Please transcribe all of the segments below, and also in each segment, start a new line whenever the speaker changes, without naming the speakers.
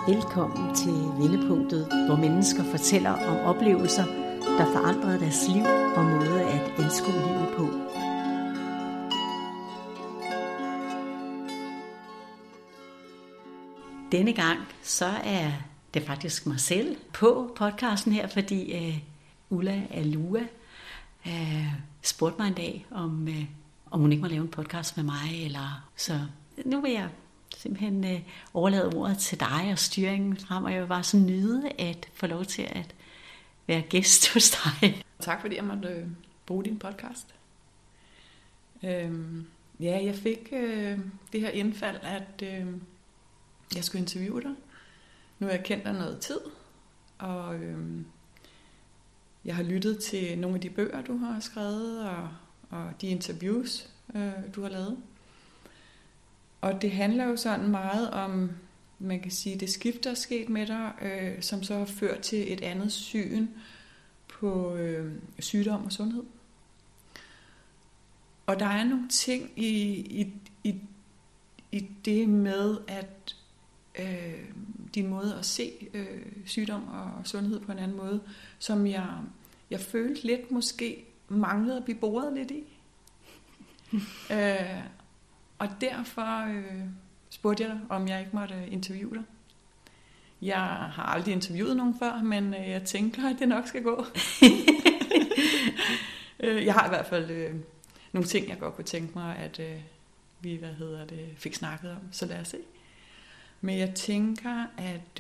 Velkommen til Vendepunktet, hvor mennesker fortæller om oplevelser, der forandrede deres liv og måde at anskue livet på. Denne gang så er det faktisk mig selv på podcasten her, fordi Ulla Alua spurgte mig en dag, om hun ikke må lave en podcast med mig. Så nu vil jeg simpelthen overlade ordet til dig og styringen frem, og jeg vil bare så nyde at få lov til at være gæst hos dig.
Tak fordi jeg måtte bruge din podcast. Jeg fik det her indfald, at jeg skulle interviewe dig. Nu har jeg kendt dig noget tid, og jeg har lyttet til nogle af de bøger, du har skrevet, og de interviews, du har lavet. Og det handler jo sådan meget om, man kan sige, det skift, der er sket med dig, som så har ført til et andet syn på sygdom og sundhed. Og der er nogle ting i det med, at din måde at se sygdom og sundhed på en anden måde, som jeg følte lidt måske manglede at blive boret lidt i. Og derfor spurgte jeg dig, om jeg ikke måtte interviewe dig. Jeg har aldrig interviewet nogen før, men jeg tænker, at det nok skal gå. Jeg har i hvert fald nogle ting, jeg godt kunne tænke mig, at vi fik snakket om. Så lad os se. Men jeg tænker, at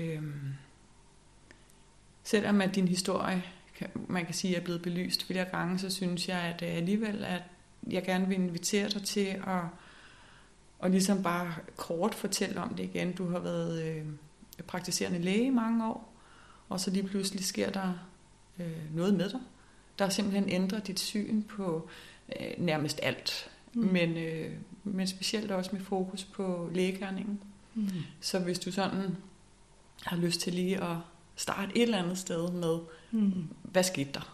selvom at din historie, man kan sige, er blevet belyst flere gange, så synes jeg, at alligevel, at jeg gerne vil invitere dig til og ligesom bare kort fortælle om det igen. Du har været praktiserende læge i mange år, og så lige pludselig sker der noget med dig, der simpelthen ændrer dit syn på nærmest alt, men specielt også med fokus på lægegerningen. Så hvis du sådan har lyst til lige at starte et eller andet sted med, hvad skete der?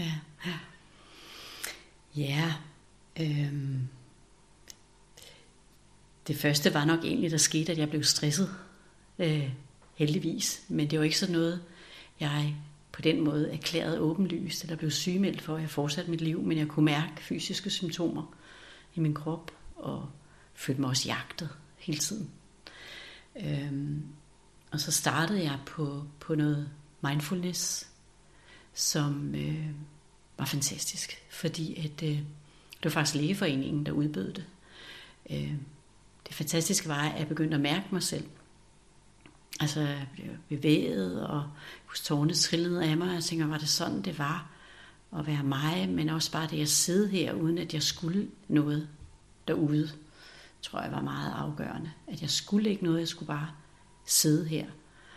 Det første var nok egentlig, der skete, at jeg blev stresset, heldigvis. Men det var ikke sådan noget, jeg på den måde erklærede åbenlyst, eller blev sygemeldt for, at jeg fortsatte mit liv. Men jeg kunne mærke fysiske symptomer i min krop, og følte mig også jagtet hele tiden. Og så startede jeg på noget mindfulness, som var fantastisk, fordi det var faktisk Lægeforeningen, der udbød det. Det fantastiske var, at jeg begyndte at mærke mig selv. Altså, jeg blev bevæget, og tårerne trillede af mig, og jeg tænkte, var det sådan, det var at være mig, men også bare det at sidde her, uden at jeg skulle noget derude, tror jeg var meget afgørende. At jeg skulle ikke noget, jeg skulle bare sidde her.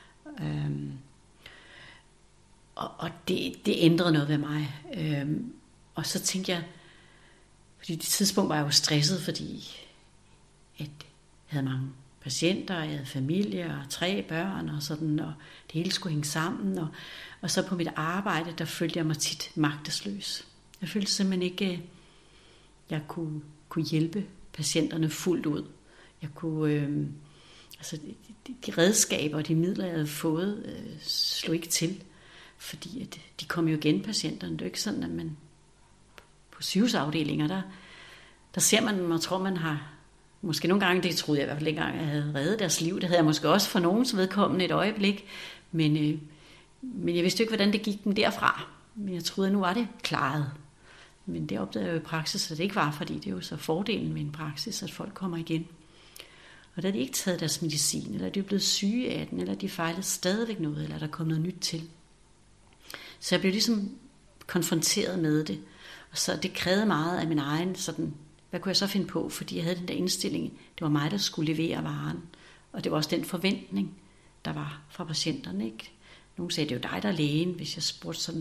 Og det ændrede noget ved mig. Og så tænkte jeg, fordi det tidspunkt var jeg jo stresset, fordi at jeg havde mange patienter, jeg havde familie og 3 børn og sådan, og det hele skulle hænge sammen. Og så på mit arbejde, der følte jeg mig tit magtesløs. Jeg følte simpelthen ikke, jeg kunne hjælpe patienterne fuldt ud. Jeg kunne, de redskaber og de midler, jeg havde fået, slog ikke til. Fordi at de kom jo igen, patienterne. Det er jo ikke sådan, at man på sygehusafdelinger, der ser man, og tror man har, måske nogle gange, det troede jeg i hvert fald ikke engang, jeg havde reddet deres liv. Det havde jeg måske også for nogens vedkommende et øjeblik. Men jeg vidste jo ikke, hvordan det gik dem derfra. Men jeg troede, at nu var det klaret. Men det opdagede jeg jo i praksis, at det ikke var, fordi det er jo så fordelen med en praksis, at folk kommer igen. Og da de ikke taget deres medicin, eller de er blevet syge af den, eller de fejlede stadigvæk noget, eller der kom noget nyt til. Så jeg blev ligesom konfronteret med det. Og så det krævede meget af min egen sådan, hvad kunne jeg så finde på? Fordi jeg havde den der indstilling, det var mig, der skulle levere varen. Og det var også den forventning, der var fra patienterne, ikke? Nogle sagde, det er jo dig, der er lægen, hvis jeg spurgte sådan,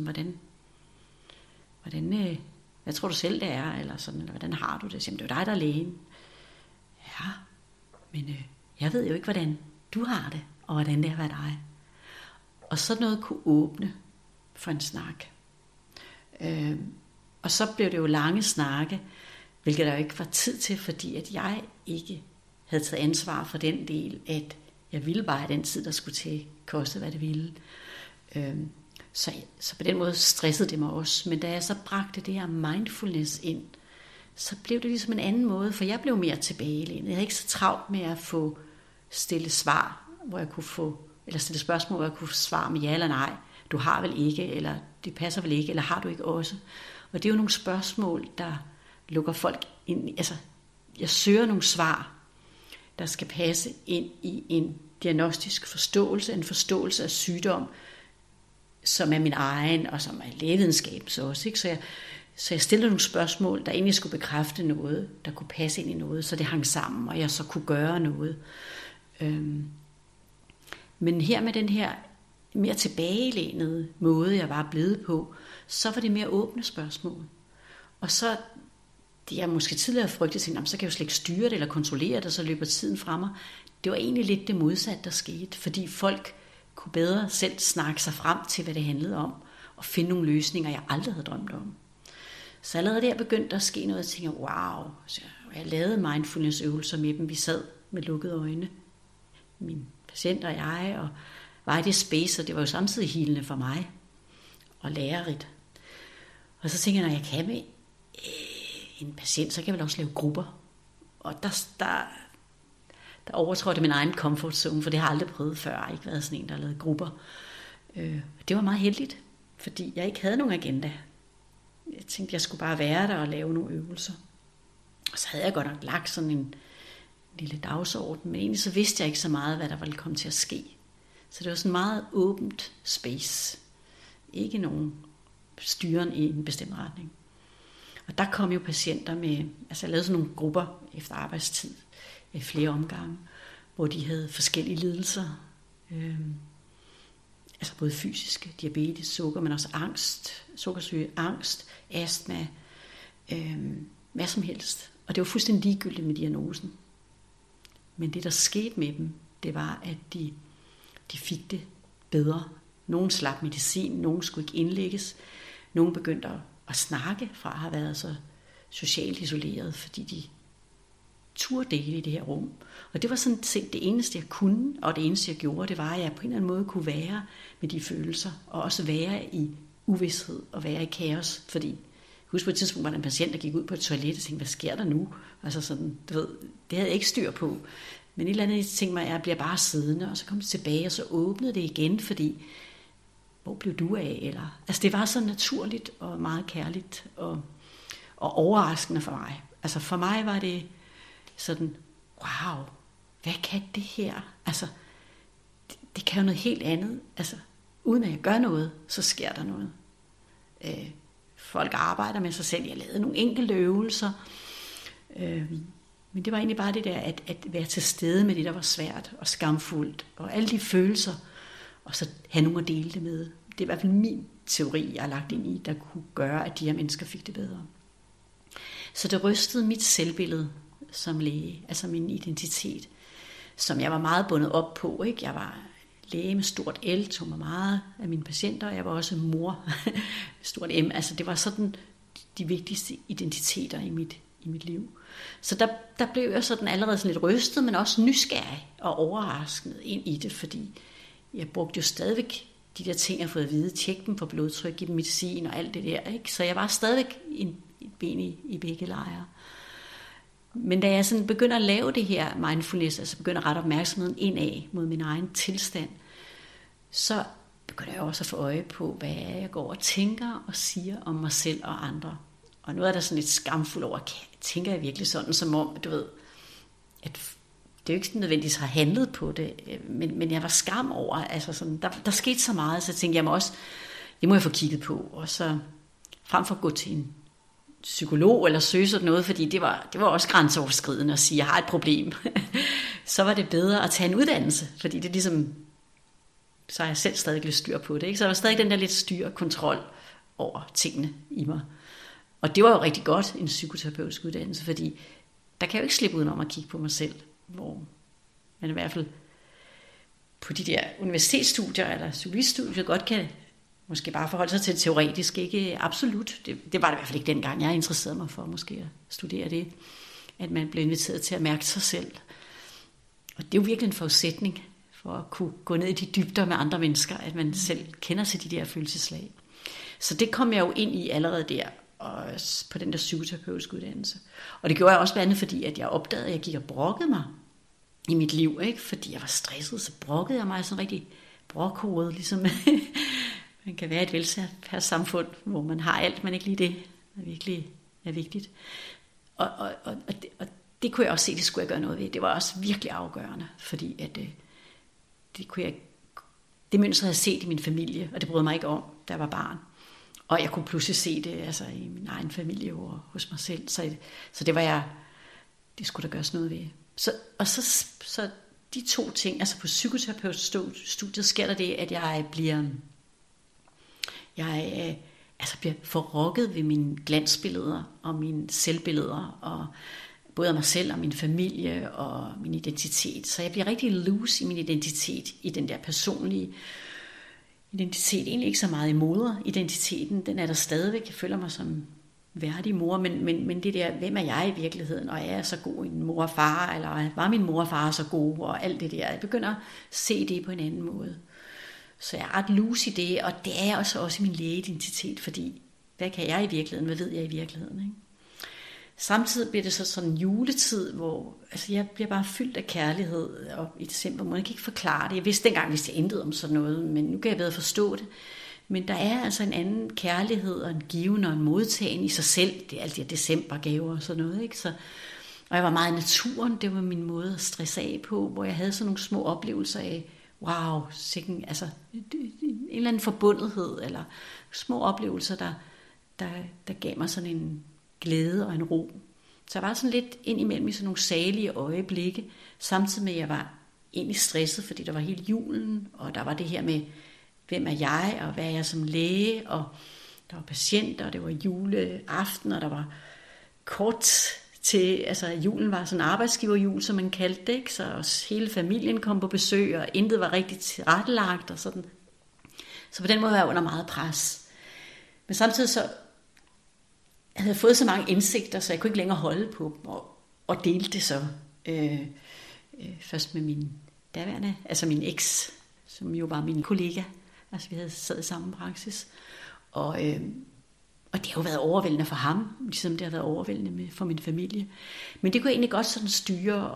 hvad tror du selv, det er? Eller sådan, eller hvordan har du det? Så, det er jo dig, der er lægen. Ja, men jeg ved jo ikke, hvordan du har det, og hvordan det har været dig. Og sådan noget kunne åbne for en snak. Og så blev det jo lange snakke, hvilket der jo ikke var tid til, fordi at jeg ikke havde taget ansvar for den del, at Jeg ville bare have den tid, der skulle til, koste hvad det ville. Så på den måde stressede det mig også. Men da jeg så bragte det her mindfulness ind, så blev det ligesom en anden måde, for jeg blev mere tilbagelænet. Jeg havde ikke så travlt med at få stille svar, hvor jeg kunne få, eller stille spørgsmål, hvor jeg kunne svare med ja eller nej. Du har vel ikke, eller det passer vel ikke, eller har du ikke også? Og det er jo nogle spørgsmål, der lukker folk ind. Altså, jeg søger nogle svar, der skal passe ind i en diagnostisk forståelse, en forståelse af sygdom, som er min egen, og som er lægevidenskabens også. Ikke? Så jeg stillede nogle spørgsmål, der egentlig skulle bekræfte noget, der kunne passe ind i noget, så det hang sammen, og jeg så kunne gøre noget. Men her med den her mere tilbagelænede måde, jeg var blevet på, så var det mere åbne spørgsmål. Og så, det jeg måske tidligere frygtede, tænkte, så kan jeg jo slet ikke styre det eller kontrollere det, og så løber tiden fra mig. Det var egentlig lidt det modsatte, der skete, fordi folk kunne bedre selv snakke sig frem til, hvad det handlede om, og finde nogle løsninger, jeg aldrig havde drømt om. Så allerede der begyndte der at ske noget, og jeg tænkte, wow, så jeg lavede mindfulness-øvelser med dem. Vi sad med lukkede øjne, min patient og jeg, og var i det space, og det var jo samtidig healende for mig, og lærerigt. Og så tænkte jeg, når jeg kan med en patient, så kan jeg vel også lave grupper. Og der overtrådte min egen comfort zone, for det har jeg aldrig prøvet før. Jeg har ikke været sådan en, der har lavet grupper. Det var meget heldigt, fordi jeg ikke havde nogen agenda. Jeg tænkte, jeg skulle bare være der og lave nogle øvelser. Og så havde jeg godt nok lagt sådan en lille dagsorden, men egentlig så vidste jeg ikke så meget, hvad der ville komme til at ske. Så det var sådan meget åbent space. Ikke nogen styren i en bestemt retning. Og der kom jo patienter med, altså jeg lavede sådan nogle grupper efter arbejdstid, i flere omgange, hvor de havde forskellige lidelser. Altså både fysiske, diabetes, sukker, men også angst, sukkersyge, angst, astma, hvad som helst. Og det var fuldstændig ligegyldigt med diagnosen. Men det, der skete med dem, det var, at de fik det bedre. Nogle slap medicin, nogle skulle ikke indlægges. Nogle begyndte at snakke fra at have været så socialt isoleret, fordi de turde dele i det her rum. Og det var sådan set det eneste, jeg kunne, og det eneste, jeg gjorde, det var, at jeg på en eller anden måde kunne være med de følelser, og også være i uvished, og være i kaos. Fordi, husk på et tidspunkt, var der en patient, der gik ud på et toilet, og tænkte, hvad sker der nu? Altså sådan, du ved, det havde jeg ikke styr på. Men et eller andet, jeg tænkte mig, at jeg bliver bare siddende, og så kom det tilbage, og så åbnede det igen, fordi, hvor blev du af? Eller, altså det var så naturligt, og meget kærligt, og overraskende for mig. Altså for mig var det sådan, wow, hvad kan det her? Altså, det kan jo noget helt andet. Altså, uden at jeg gør noget, så sker der noget. Folk arbejder med sig selv. Jeg lavede nogle enkelte øvelser. Men det var egentlig bare det der, at være til stede med det, der var svært og skamfuldt. Og alle de følelser, og så have nogen at dele det med. Det er i hvert fald min teori, jeg har lagt ind i, der kunne gøre, at de her mennesker fik det bedre. Så det rystede mit selvbillede som læge, altså min identitet, som jeg var meget bundet op på. Ikke? Jeg var læge med stort L, tog mig meget af mine patienter, og jeg var også mor med stort M. Altså det var sådan de vigtigste identiteter i mit liv. Så der blev jeg sådan allerede sådan lidt rystet, men også nysgerrig og overrasket ind i det, fordi jeg brugte jo stadigvæk de der ting, jeg har fået at vide, tjek dem på blodtryk, give dem medicin og alt det der. Ikke? Så jeg var stadigvæk et ben i begge lejre. Men da jeg sådan begynder at lave det her mindfulness, altså begynder at rette opmærksomheden indad mod min egen tilstand, så begynder jeg også at få øje på, hvad jeg går og tænker og siger om mig selv og andre. Og noget er der sådan lidt skamfuld over, tænker jeg virkelig sådan, som om, du ved, at det er jo ikke nødvendigvis har handlet på det, men jeg var skam over, altså sådan, der skete så meget, så jeg tænkte, det må jeg få kigget på, og så frem for at gå til en psykolog eller søge sådan noget, fordi det var også grænseoverskridende at sige, at jeg har et problem, så var det bedre at tage en uddannelse, fordi det ligesom, så har jeg selv stadig lidt styr på det, ikke? Så der var stadig den der lidt styr kontrol over tingene i mig. Og det var jo rigtig godt, en psykoterapeutisk uddannelse, fordi der kan jeg jo ikke slippe udenom at kigge på mig selv, hvor man i hvert fald på de der universitetsstudier eller psykologistudier godt kan måske bare forholde sig til det teoretisk, ikke absolut. Det var det i hvert fald ikke dengang, jeg interesserede mig for måske at studere det, at man blev inviteret til at mærke sig selv. Og det er jo virkelig en forudsætning for at kunne gå ned i de dybder med andre mennesker, at man selv kender sig de der følelseslag. Så det kom jeg jo ind i allerede der, og på den der psykoterapeutiske uddannelse. Og det gjorde jeg også blandt andet, fordi at jeg opdagede, at jeg gik og brokkede mig i mit liv, ikke? Fordi jeg var stresset, så brokkede jeg mig sådan rigtig brokhoved, ligesom man kan være i et velfærdssamfund, hvor man har alt, men ikke lige det, der virkelig er vigtigt. Og det kunne jeg også se, det skulle jeg gøre noget ved. Det var også virkelig afgørende, fordi at det mønster havde jeg set i min familie, og det brød mig ikke om, da jeg var barn. Og jeg kunne pludselig se det altså, i min egen familie og hos mig selv. Så det skulle der gøres noget ved. Så de to ting, altså på psykoterapeutstudiet sker der det, at jeg bliver forrokket ved mine glansbilleder og mine selvbilleder, og både af mig selv og min familie og min identitet. Så jeg bliver rigtig loose i min identitet, i den der personlige identitet. Egentlig ikke så meget i moderidentiteten, den er der stadigvæk. Jeg føler mig som værdig mor, men det der, hvem er jeg i virkeligheden, og er jeg så god en mor og far, eller var min mor og far så gode, og alt det der. Jeg begynder at se det på en anden måde. Så jeg er ret loose i det, og det er jeg også i min lægeidentitet, fordi hvad kan jeg i virkeligheden, hvad ved jeg i virkeligheden, ikke? Samtidig bliver det så sådan en juletid, hvor altså jeg bliver bare fyldt af kærlighed og i december måned. Jeg kan ikke forklare det. Jeg vidste dengang, hvis det endte om sådan noget, men nu kan jeg bedre forstå det. Men der er altså en anden kærlighed og en given og en modtagen i sig selv. Det er alt de her decembergaver og sådan noget, ikke? Og jeg var meget i naturen. Det var min måde at stresse af på, hvor jeg havde sådan nogle små oplevelser af, wow, sikken, altså en eller anden forbundethed, eller små oplevelser, der gav mig sådan en glæde og en ro. Så jeg var sådan lidt indimellem i sådan nogle salige øjeblikke, samtidig med at jeg var egentlig stresset, fordi der var hele julen, og der var det her med, hvem er jeg, og hvad er jeg som læge, og der var patienter, og det var juleaften, og der var kort til, altså julen var sådan en arbejdsgiverjul, som man kaldte det, ikke? Så hele familien kom på besøg, og intet var rigtig tilrettelagt, og sådan. Så på den måde var jeg under meget pres. Men samtidig så jeg havde fået så mange indsigter, så jeg kunne ikke længere holde på dem, og delte det så først med min daværende, altså min eks, som jo var min kollega. Altså vi havde sad i samme praksis. Og det har jo været overvældende for ham, ligesom det har været overvældende for min familie. Men det kunne jeg egentlig godt sådan styre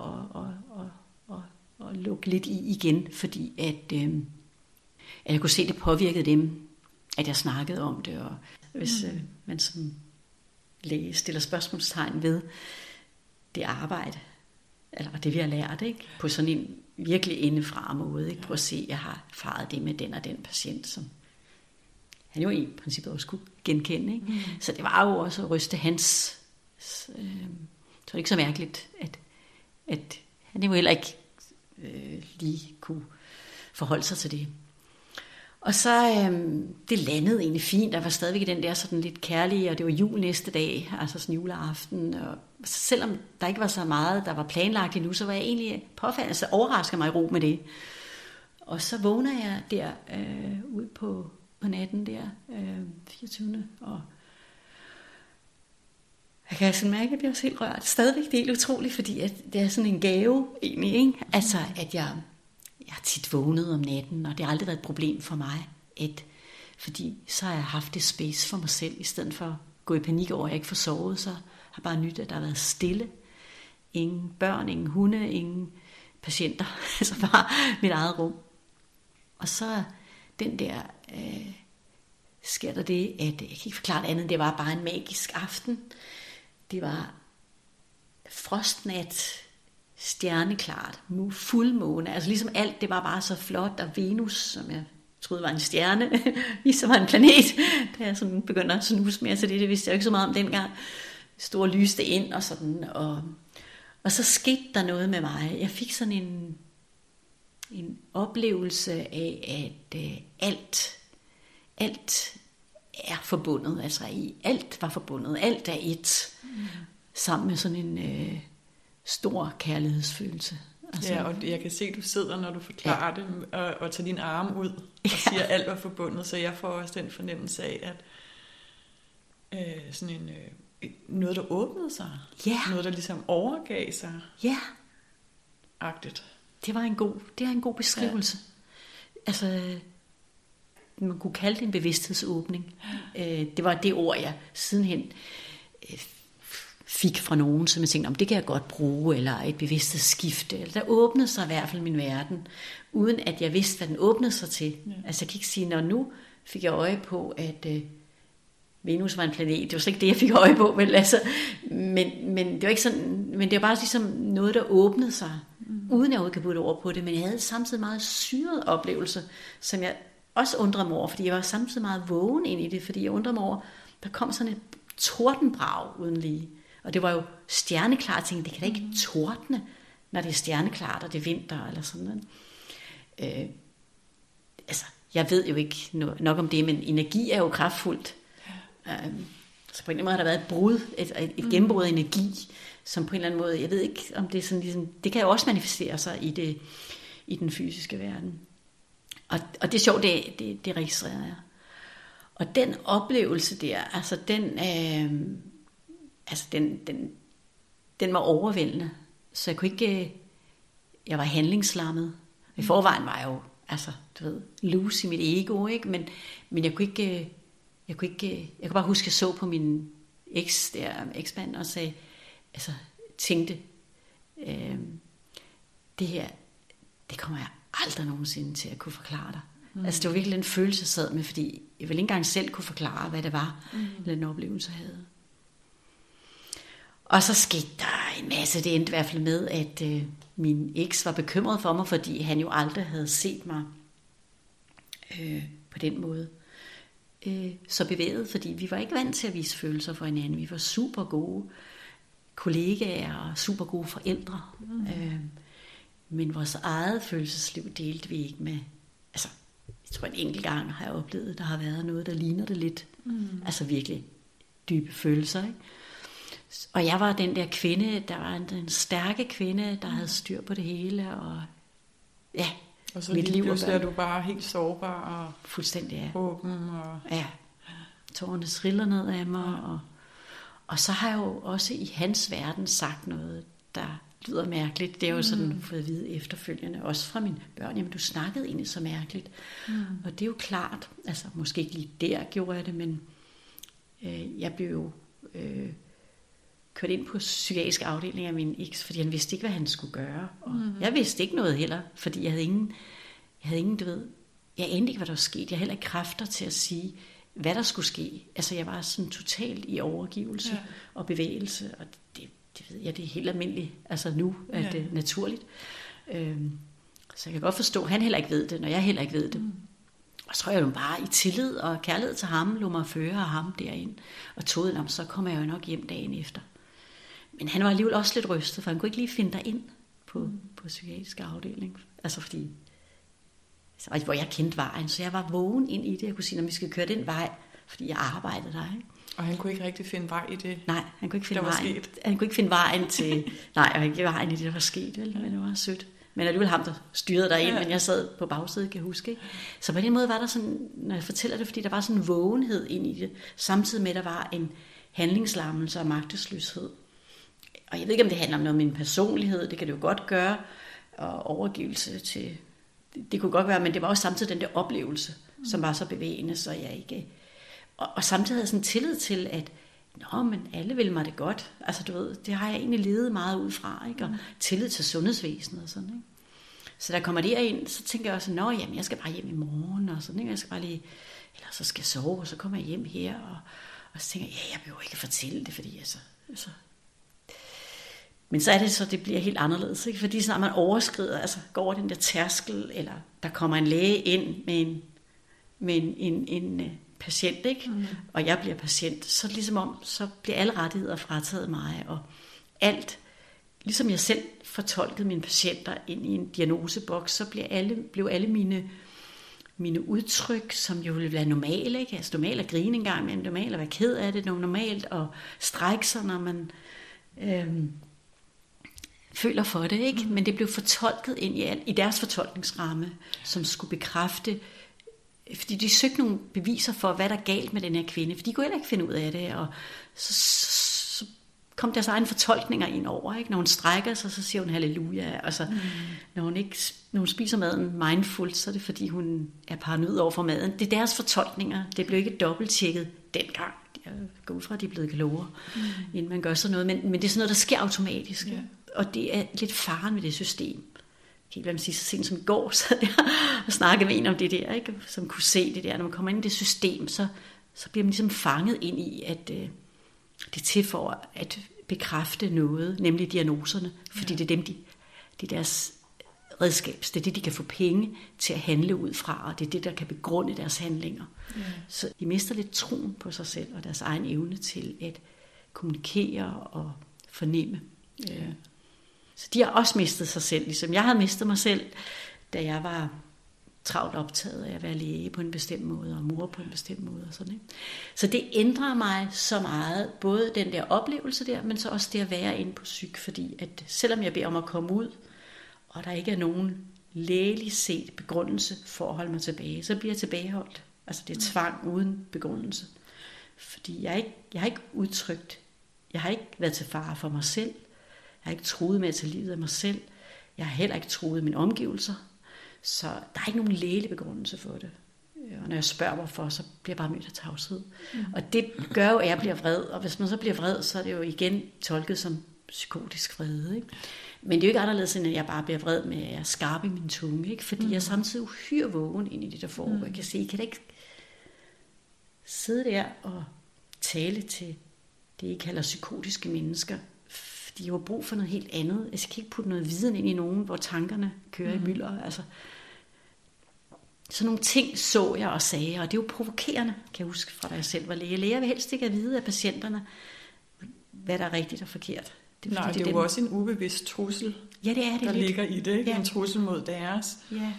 og lukke lidt i igen, fordi at jeg kunne se, det påvirkede dem, at jeg snakkede om det. Og hvis man som læge stiller spørgsmålstegn ved det arbejde, eller det vi har lært, ikke? På sådan en virkelig indefra måde, ikke? På at se, at jeg har erfaret det med den og den patient, som han jo i princippet også kunne genkende, ikke? Så det var jo også at ryste hans, så det er ikke så mærkeligt, at han jo heller ikke lige kunne forholde sig til det. Og så det landede egentlig fint. Der var stadigvæk den der sådan lidt kærlige, og det var jul næste dag, altså sådan juleaften. Og selvom der ikke var så meget, der var planlagt endnu, så var jeg egentlig påfaldet, så overraskede mig i ro med det. Og så vågner jeg der ud på natten der, 24. Og jeg kan sådan mærke, at jeg bliver også helt rørt. Stadigvæk det er helt utroligt, fordi at det er sådan en gave egentlig, ikke? Altså at jeg har tit vågnet om natten, og det har aldrig været et problem for mig, fordi så har jeg haft det space for mig selv, i stedet for at gå i panik over, at jeg ikke får sovet, så har jeg bare nydt, at der har været stille. Ingen børn, ingen hunde, ingen patienter, altså bare mit eget rum. Og så den der, sker der det, at jeg kan ikke forklare det andet, det var bare en magisk aften. Det var frostnat, stjerneklart, fuldmåne, altså ligesom alt, det var bare så flot, og Venus, som jeg troede var en stjerne, ligesom var en planet, da jeg sådan begyndte at snuse mere til det vidste jeg jo ikke så meget om dengang, store lyste ind og sådan, og så skete der noget med mig. Jeg fik sådan en oplevelse af, at alt er forbundet, altså alt var forbundet, alt er et, sammen med sådan en stor kærlighedsfølelse. Altså,
ja, og jeg kan se, at du sidder, når du forklarer det, og tager din arm ud og siger, at alt var forbundet, så jeg får også den fornemmelse af, at sådan noget, der åbnede sig, noget, der ligesom overgav sig, agtigt.
det er en god beskrivelse. Ja. Altså, man kunne kalde det en bevidsthedsåbning. Det var det ord, jeg sidenhen fik fra nogen, som jeg tænkte, om det kan jeg godt bruge, eller et bevidsthedsskifte. Eller der åbnede sig i hvert fald min verden, uden at jeg vidste, hvad den åbnede sig til. Ja. Altså jeg kan ikke sige, når nu fik jeg øje på, at Venus var en planet. Det var slet ikke det, jeg fik øje på, vel? Altså, men det var ikke sådan, men det var bare ligesom noget, der åbnede sig, uden at jeg kan putte ord på det. Men jeg havde samtidig meget syret oplevelse, som jeg også undrede mig over, fordi jeg var samtidig meget vågen ind i det, fordi jeg undrede mig over, der kom sådan et tordenbrag uden lige. Og det var jo stjerneklart, jeg tænkte, det kan da ikke tordne, når det er stjerneklart, og det er vinter, eller sådan noget. Altså, jeg ved jo ikke nok om det, men energi er jo kraftfuldt. Så på en eller anden måde har der været et brud, et gennembrud af energi, som på en eller anden måde, jeg ved ikke, om det er sådan ligesom, det kan jo også manifestere sig i den fysiske verden. Og det er sjovt, det registrerede jeg. Og den oplevelse der, altså den var overvældende. Så jeg kunne ikke, jeg var handlingslammet. I forvejen var jeg jo, altså, du ved, loose i mit ego, ikke? Men jeg kunne bare huske, at jeg så på min eksmand og sagde, altså, tænkte, det her, det kommer jeg aldrig nogensinde til at kunne forklare dig. Altså det var virkelig en følelse, jeg sad med, fordi jeg ville ikke engang selv kunne forklare, hvad det var, den oplevelse jeg havde. Og så skete der en masse. Det endte i hvert fald med, at min eks var bekymret for mig, fordi han jo aldrig havde set mig på den måde. Så bevæget, fordi vi var ikke vant til at vise følelser for hinanden. Vi var super gode kollegaer og super gode forældre. Men vores eget følelsesliv delte vi ikke med. Altså, jeg tror en enkelt gang har jeg oplevet, der har været noget, der ligner det lidt. Altså virkelig dybe følelser, ikke? Og jeg var den der kvinde, der var den stærke kvinde, der havde styr på det hele, og ja,
og så mit liv pludselig er du bare helt sårbar og
fuldstændig, ja.
Åben og
ja, tårerne triller ned af mig, og så har jeg jo også i hans verden sagt noget, der lyder mærkeligt. Det er jo sådan fået at vide efterfølgende, også fra mine børn, jamen du snakkede egentlig så mærkeligt. Og det er jo klart, altså måske ikke lige der gjorde jeg det, men jeg blev jo kørt ind på psykiatrisk afdeling af min eks, fordi han vidste ikke, hvad han skulle gøre. Og jeg vidste ikke noget heller, fordi jeg havde ingen, du ved, jeg anede ikke, hvad der var sket. Jeg havde heller ikke kræfter til at sige, hvad der skulle ske. Altså jeg var sådan totalt i overgivelse og bevægelse, og det ved jeg, det er helt almindeligt. Altså nu er det naturligt. Så jeg kan godt forstå, at han heller ikke ved det, når jeg heller ikke ved det. Og så tror jeg jo bare i tillid og kærlighed til ham, lå mig føre ham derind, og tog den, så kommer jeg jo nok hjem dagen efter. Men han var alligevel også lidt rystet, for han kunne ikke lige finde dig ind på psykiatrisk afdeling. Altså fordi, hvor jeg kendte vejen, så jeg var vågen ind i det. Jeg kunne sige, at vi skal køre den vej, fordi jeg arbejdede der, ikke?
Og han kunne ikke rigtig finde vej i det,
nej, han kunne ikke finde
der var
vejen.
sket.
Han kunne ikke finde vejen til, nej, og ikke vejen i det, der var sket, vel? Men det var sødt. Men alligevel ham, der styrede derind, men jeg sad på bagsiden, kan jeg huske. Ikke? Så på den måde var der sådan, når jeg fortæller det, fordi der var sådan en vågenhed ind i det, samtidig med, at der var en handlingslammelse og magtesløshed. Og jeg ved ikke, om det handler om noget med min personlighed, det kan det jo godt gøre, og overgivelse til, det kunne godt være, men det var også samtidig den der oplevelse, som var så bevægende, så jeg ikke. Og samtidig havde jeg sådan tillid til, at men alle vil mig det godt. Altså du ved, det har jeg egentlig levet meget ud fra, ikke? Og tillid til sundhedsvæsenet og sådan, ikke? Så der kommer det ind, så tænker jeg også, jamen jeg skal bare hjem i morgen, og sådan, ikke? Jeg skal bare lige, eller så skal jeg sove, og så kommer jeg hjem her, og så tænker jeg, jeg behøver ikke fortælle det, fordi altså. Men så er det så, det bliver helt anderledes, ikke? Fordi så når man overskrider, altså går over den der tærskel, eller der kommer en læge ind med en patient, ikke? Og jeg bliver patient, så ligesom om, så bliver alle rettigheder frataget mig, og alt, ligesom jeg selv fortolkede mine patienter ind i en diagnoseboks, så blev alle mine udtryk, som jo ville være normale, ikke? Altså normalt at grine en gang, men normalt at være ked af det, normalt at strække sig, når man føler for det, ikke? Men det blev fortolket ind i deres fortolkningsramme, som skulle bekræfte, fordi de søgte nogle beviser for, hvad der er galt med den her kvinde, for de kunne heller ikke finde ud af det, og så kom deres egne fortolkninger ind over. Ikke? Når hun strækker sig, så siger hun halleluja. Altså, når hun spiser maden mindful, så er det fordi, hun er paranoid over for maden. Det er deres fortolkninger. Det blev ikke dobbelttjekket dengang. Jeg går ud fra, at de er blevet klogere, inden man gør sådan noget. Men det er sådan noget, der sker automatisk. Yeah. Og det er lidt faren ved det system. Jeg kan ikke lade mig sige, så sent som i går, så jeg og snakkede med en om det der, ikke? Som kunne se det der. Når man kommer ind i det system, så bliver man ligesom fanget ind i, at det er til for at bekræfte noget, nemlig diagnoserne. Fordi det er dem, det er deres redskab. Det er det, de kan få penge til at handle ud fra, og det er det, der kan begrunde deres handlinger. Så de mister lidt troen på sig selv og deres egen evne til at kommunikere og fornemme. Så de har også mistet sig selv, ligesom jeg havde mistet mig selv, da jeg var travlt optaget af at være læge på en bestemt måde, og mor på en bestemt måde. Og sådan, ikke? Så det ændrer mig så meget, både den der oplevelse der, men så også det at være inde på psyk, fordi at selvom jeg beder om at komme ud, og der ikke er nogen lægelig set begrundelse for at holde mig tilbage, så bliver jeg tilbageholdt. Altså det er tvang uden begrundelse. Fordi jeg har ikke udtrykt, jeg har ikke været til fare for mig selv, jeg har ikke truet med at tage livet af mig selv, jeg har heller ikke truet mine omgivelser, så der er ikke nogen lægelig begrundelse for det. Og når jeg spørger hvorfor, så bliver jeg bare mødt af tavshed. Og det gør jo, at jeg bliver vred, og hvis man så bliver vred, så er det jo igen tolket som psykotisk vrede, ikke? Men det er jo ikke anderledes, end at jeg bare bliver vred med, at jeg er skarp i min tunge, ikke? Fordi jeg er samtidig uhyre vågen ind i det, der foregår. Jeg kan se, I kan da ikke sidde der og tale til det, I kalder psykotiske mennesker, fordi jeg har brug for noget helt andet. Jeg kan ikke putte noget viden ind i nogen, hvor tankerne kører i mylder. Altså, sådan nogle ting så jeg og sagde, og det er jo provokerende, kan jeg huske fra da jeg selv var læge. Læger vil helst ikke at vide af patienterne, hvad der er rigtigt og forkert.
Det er jo også en ubevidst trussel, der ligger i det. Ikke? En trussel mod deres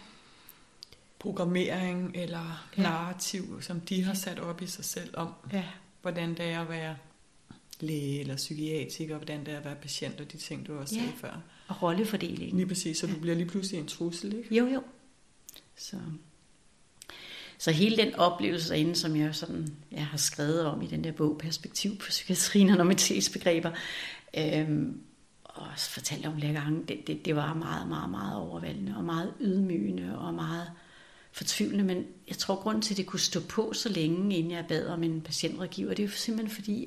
programmering eller narrativ, som de har sat op i sig selv om, hvordan det er at være læge eller psykiatriker, hvordan det er at være patient, og de ting, du også sagde før.
Og rollefordelingen.
Lige præcis, så du bliver lige pludselig en trussel, ikke?
Jo. Så hele den oplevelse derinde, som jeg har skrevet om i den der bog, Perspektiv på psykiatrien og normalitetsbegreber, og fortalte om flere gange, det var meget, meget, meget overvældende, og meget ydmygende, og meget fortvivlende, men jeg tror, grunden til, at det kunne stå på så længe, inden jeg bad om en patientrådgiver, det er jo simpelthen fordi,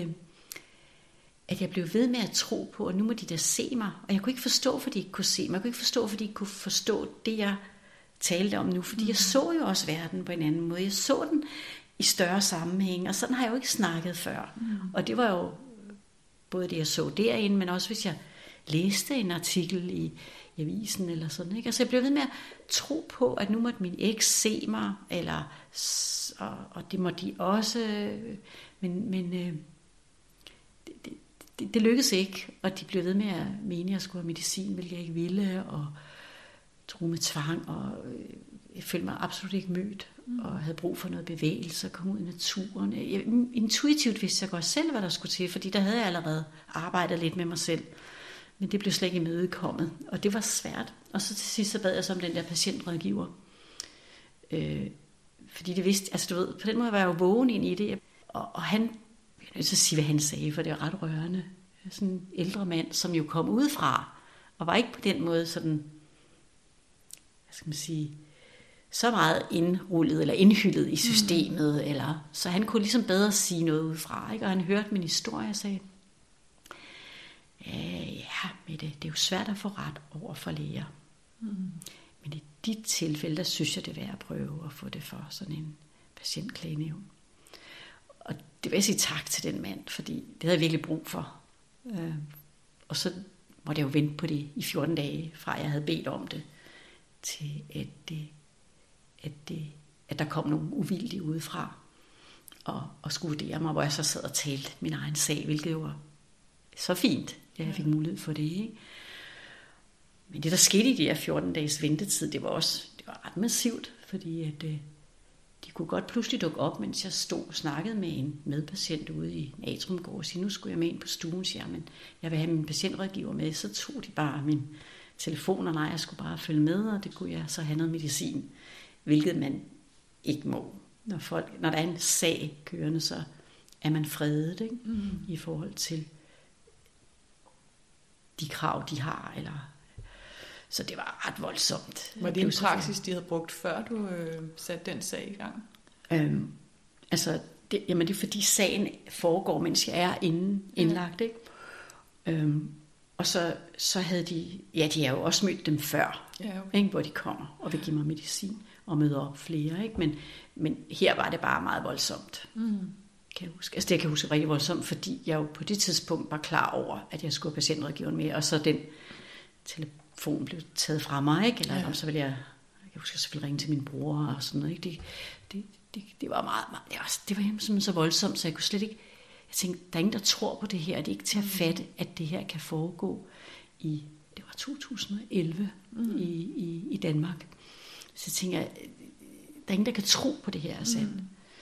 at jeg blev ved med at tro på, at nu må de da se mig, og jeg kunne ikke forstå, fordi de ikke kunne se mig, jeg kunne ikke forstå, fordi de ikke kunne forstå det, jeg talte om nu, fordi jeg så jo også verden på en anden måde, jeg så den i større sammenhæng, og sådan har jeg jo ikke snakket før, og det var jo både det, jeg så derinde, men også hvis jeg læste en artikel i avisen eller sådan, ikke? Altså jeg blev ved med at tro på, at nu måtte min eks se mig, og det må de også, men det lykkedes ikke, og de blev ved med at mene, at jeg skulle have medicin, hvilket jeg ikke ville, og tro med tvang, og jeg følte mig absolut ikke mødt, og havde brug for noget bevægelse, og komme ud i naturen. Intuitivt vidste jeg godt selv, hvad der skulle til, fordi der havde jeg allerede arbejdet lidt med mig selv, men det blev slet ikke imødekommet, og det var svært. Og så til sidst så bad jeg så om den der patientrådgiver, fordi det vidste, altså du ved, på den måde var jeg jo vågen ind i det, og han, jeg er nødt til at sige, hvad han sagde, for det var ret rørende, sådan en ældre mand, som jo kom udefra, og var ikke på den måde sådan, hvad skal man sige, så meget indrullet eller indhyllet i systemet, eller, så han kunne ligesom bedre sige noget udefra, ikke? Og han hørte min historie og sagde, Mette, det er jo svært at få ret over for læger. Men i de tilfælde, der synes jeg, det er værd at prøve at få det for sådan en patientklagenævn. Og det vil jeg sige tak til den mand, fordi det havde jeg virkelig brug for. Og så måtte jeg jo vente på det i 14 dage, fra jeg havde bedt om det, til at der kom nogle uvildige udefra og skulle vurdere mig, hvor jeg så sad og talte min egen sag, hvilket jo var så fint, at jeg fik mulighed for det, ikke? Men det, der skete i de her 14 dages ventetid, det var ret massivt, fordi at de kunne godt pludselig dukke op, mens jeg stod og snakkede med en medpatient ude i Atriumgård og sige, nu skulle jeg med ind på stuen, siger men jeg vil have min patientrådgiver med. Så tog de bare min telefon, og nej, jeg skulle bare følge med, og det kunne jeg så have noget medicin, hvilket man ikke må. Når der er en sag kørende, så er man fredet, ikke? I forhold til de krav, de har. Så det var ret voldsomt.
Var det en praksis, de havde brugt, før du satte den sag i gang?
Det er fordi sagen foregår, mens jeg er indlagt. Ikke? Og så havde de... Ja, de har jo også mødt dem før, ikke? Hvor de kommer og vil give mig medicin og møder op flere. Ikke? Men her var det bare meget voldsomt. Kan jeg huske. Altså det kan jeg huske rigtig voldsomt, fordi jeg jo på det tidspunkt var klar over, at jeg skulle have patientrådgiveren med, og så den telefon blev taget fra mig, ikke? Eller så ville jeg kan huske, jeg selvfølgelig ringe til min bror og sådan noget. Ikke? Det var meget, det var simpelthen så voldsomt, så jeg kunne slet ikke, jeg tænkte, der er ingen, der tror på det her, det er ikke til at fatte, at det her kan foregå det var 2011 i Danmark. Så jeg tænker, der er ingen, der kan tro på det her er sandt.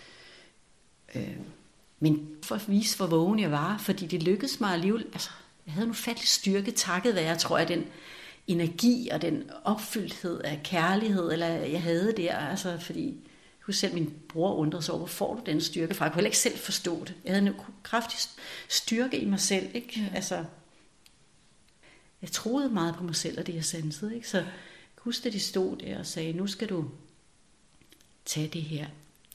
Men for at vise, hvor vågen jeg var, fordi det lykkedes mig alligevel, altså, jeg havde en ufattelig styrke, takket være, jeg tror, at den energi og den opfyldthed af kærlighed, eller jeg havde der, altså, fordi jeg husker selv, min bror undrede sig over, hvor får du den styrke fra? Jeg kunne heller ikke selv forstå det. Jeg havde en kraftig styrke i mig selv, ikke? Ja. Altså, jeg troede meget på mig selv, og det jeg sansede, ikke? Så jeg husker, at de stod der og sagde, nu skal du tage det her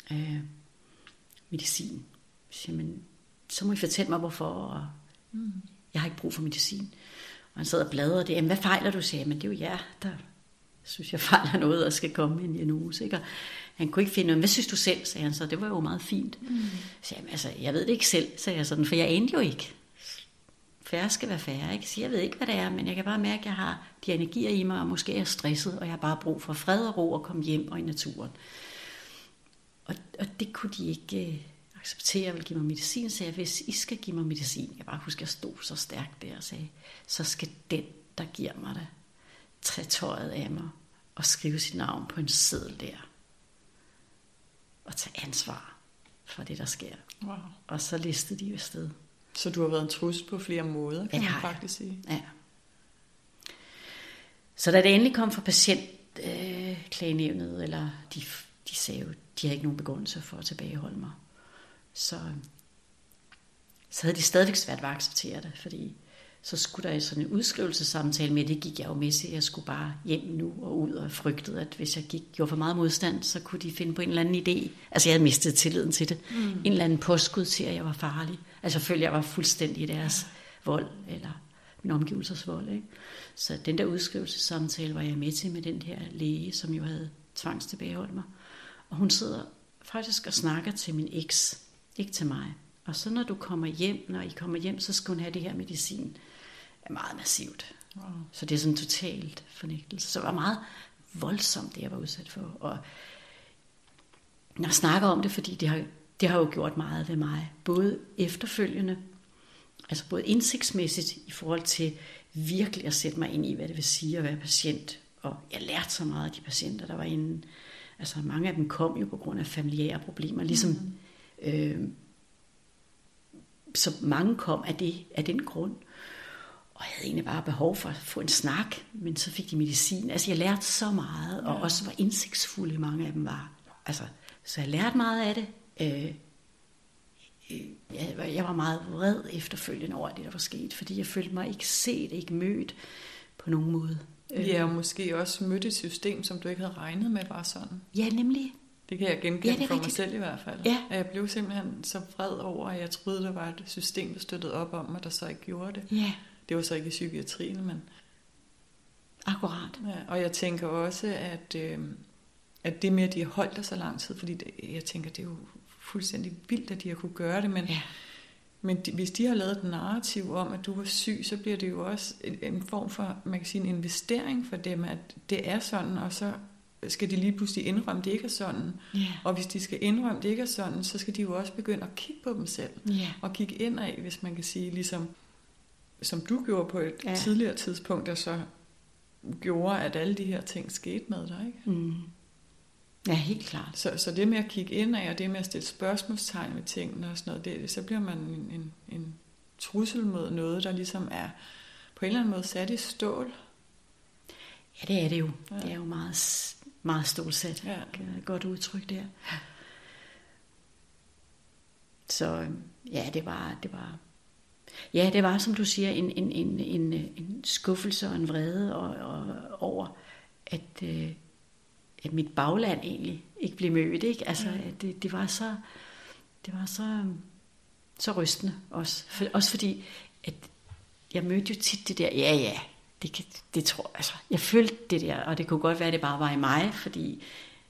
medicin. Så må I fortælle mig, hvorfor, og jeg har ikke brug for medicin. Og han sad og bladrede det. Jamen, hvad fejler du? Sagde, men det er jo jer, der synes, jeg fejler noget, og skal komme med en diagnose. Ikke? Og han kunne ikke finde noget. Hvad synes du selv? Sagde han så. Det var jo meget fint. Så jamen, altså, jeg ved det ikke selv, sagde jeg sådan, for jeg anede jo ikke. Færre skal være færre, ikke? Så jeg ved ikke, hvad det er, men jeg kan bare mærke, at jeg har de energier i mig, og måske er jeg stresset, og jeg har bare brug for fred og ro og komme hjem og i naturen. Og det kunne de ikke acceptere, at ville give mig medicin. Så jeg, hvis I skal give mig medicin, jeg bare husker, at jeg stod så stærkt der og sagde, så skal den, der giver mig det, tage tøjet af mig og skrive sit navn på en seddel der. Og tage ansvar for det, der sker.
Wow.
Og så listede de jo afsted.
Så du har været en trussel på flere måder, kan man faktisk sige.
Ja. Så da det endelig kom fra patientklagenævnet, eller de sagde jo, de havde ikke nogen begrundelse for at tilbageholde mig, så havde de stadigvæk svært ved at acceptere det, fordi så skulle der sådan en udskrivelsessamtale med, det gik jeg jo med til, jeg skulle bare hjem nu og ud, og frygtede, at hvis jeg gjorde for meget modstand, så kunne de finde på en eller anden idé. Altså jeg havde mistet tilliden til det. En eller anden påskud til, at jeg var farlig. Altså selvfølgelig, jeg var fuldstændig i deres vold, eller min omgivelsers vold. Ikke? Så den der udskrivelsessamtale var jeg med til med den her læge, som jo havde tvangstilbageholdt mig. Og hun sidder faktisk og snakker til min eks, ikke til mig. Og så når I kommer hjem, så skal hun have det her medicin. Det er meget massivt. Wow. Så det er sådan en totalt fornægtelse. Så det var meget voldsomt, det jeg var udsat for. Og jeg snakker om det, fordi det har jo gjort meget ved mig. Både efterfølgende, altså både indsigtsmæssigt i forhold til virkelig at sætte mig ind i, hvad det vil sige at være patient. Og jeg lærte så meget af de patienter, der var inde. Altså mange af dem kom jo på grund af familiære problemer, ligesom så mange kom af den grund. Og jeg havde egentlig bare behov for at få en snak, men så fik de medicin. Altså jeg lærte så meget, og også hvor indsigtsfulde mange af dem var. Altså, så jeg lærte meget af det. Jeg var meget vred efterfølgende over det, der var sket, fordi jeg følte mig ikke set, ikke mødt på nogen måde.
Ja, og måske også mødt et system, som du ikke havde regnet med, var sådan.
Ja, nemlig.
Det kan jeg genkende for mig selv i hvert fald.
Ja.
Jeg blev simpelthen så vred over, at jeg troede, der var et system, der støttede op om mig, der så ikke gjorde det.
Ja.
Det var så ikke i psykiatrien, men...
Akkurat.
Ja, og jeg tænker også, at det med, at de har holdt der så lang tid, fordi jeg tænker, det er jo fuldstændig vildt, at de har kunne gøre det, men hvis de har lavet et narrativ om, at du var syg, så bliver det jo også en form for, man kan sige, en investering for dem, at det er sådan, og så skal de lige pludselig indrømme, at det ikke er sådan.
Yeah.
Og hvis de skal indrømme, at det ikke er sådan, så skal de jo også begynde at kigge på dem selv.
Yeah.
Og kigge indad, hvis man kan sige, ligesom som du gjorde på et tidligere tidspunkt, der så gjorde, at alle de her ting skete med dig, ikke?
Mm. Ja, helt klart.
Så det med at kigge indad, og det med at stille spørgsmålstegn ved tingene og sådan noget, så bliver man en trussel mod noget, der ligesom er på en eller anden måde sat i stål.
Ja, det er det jo. Ja. Det er jo meget, meget stålsat.
Ja.
Godt udtryk der. Så ja, det var. Ja, det var, som du siger, en skuffelse og en vrede over, at mit bagland egentlig ikke blev mødt. Ikke? Altså, det var så rystende også. Også fordi, at jeg mødte jo tit det der, det tror altså, jeg følte det der, og det kunne godt være, at det bare var i mig, fordi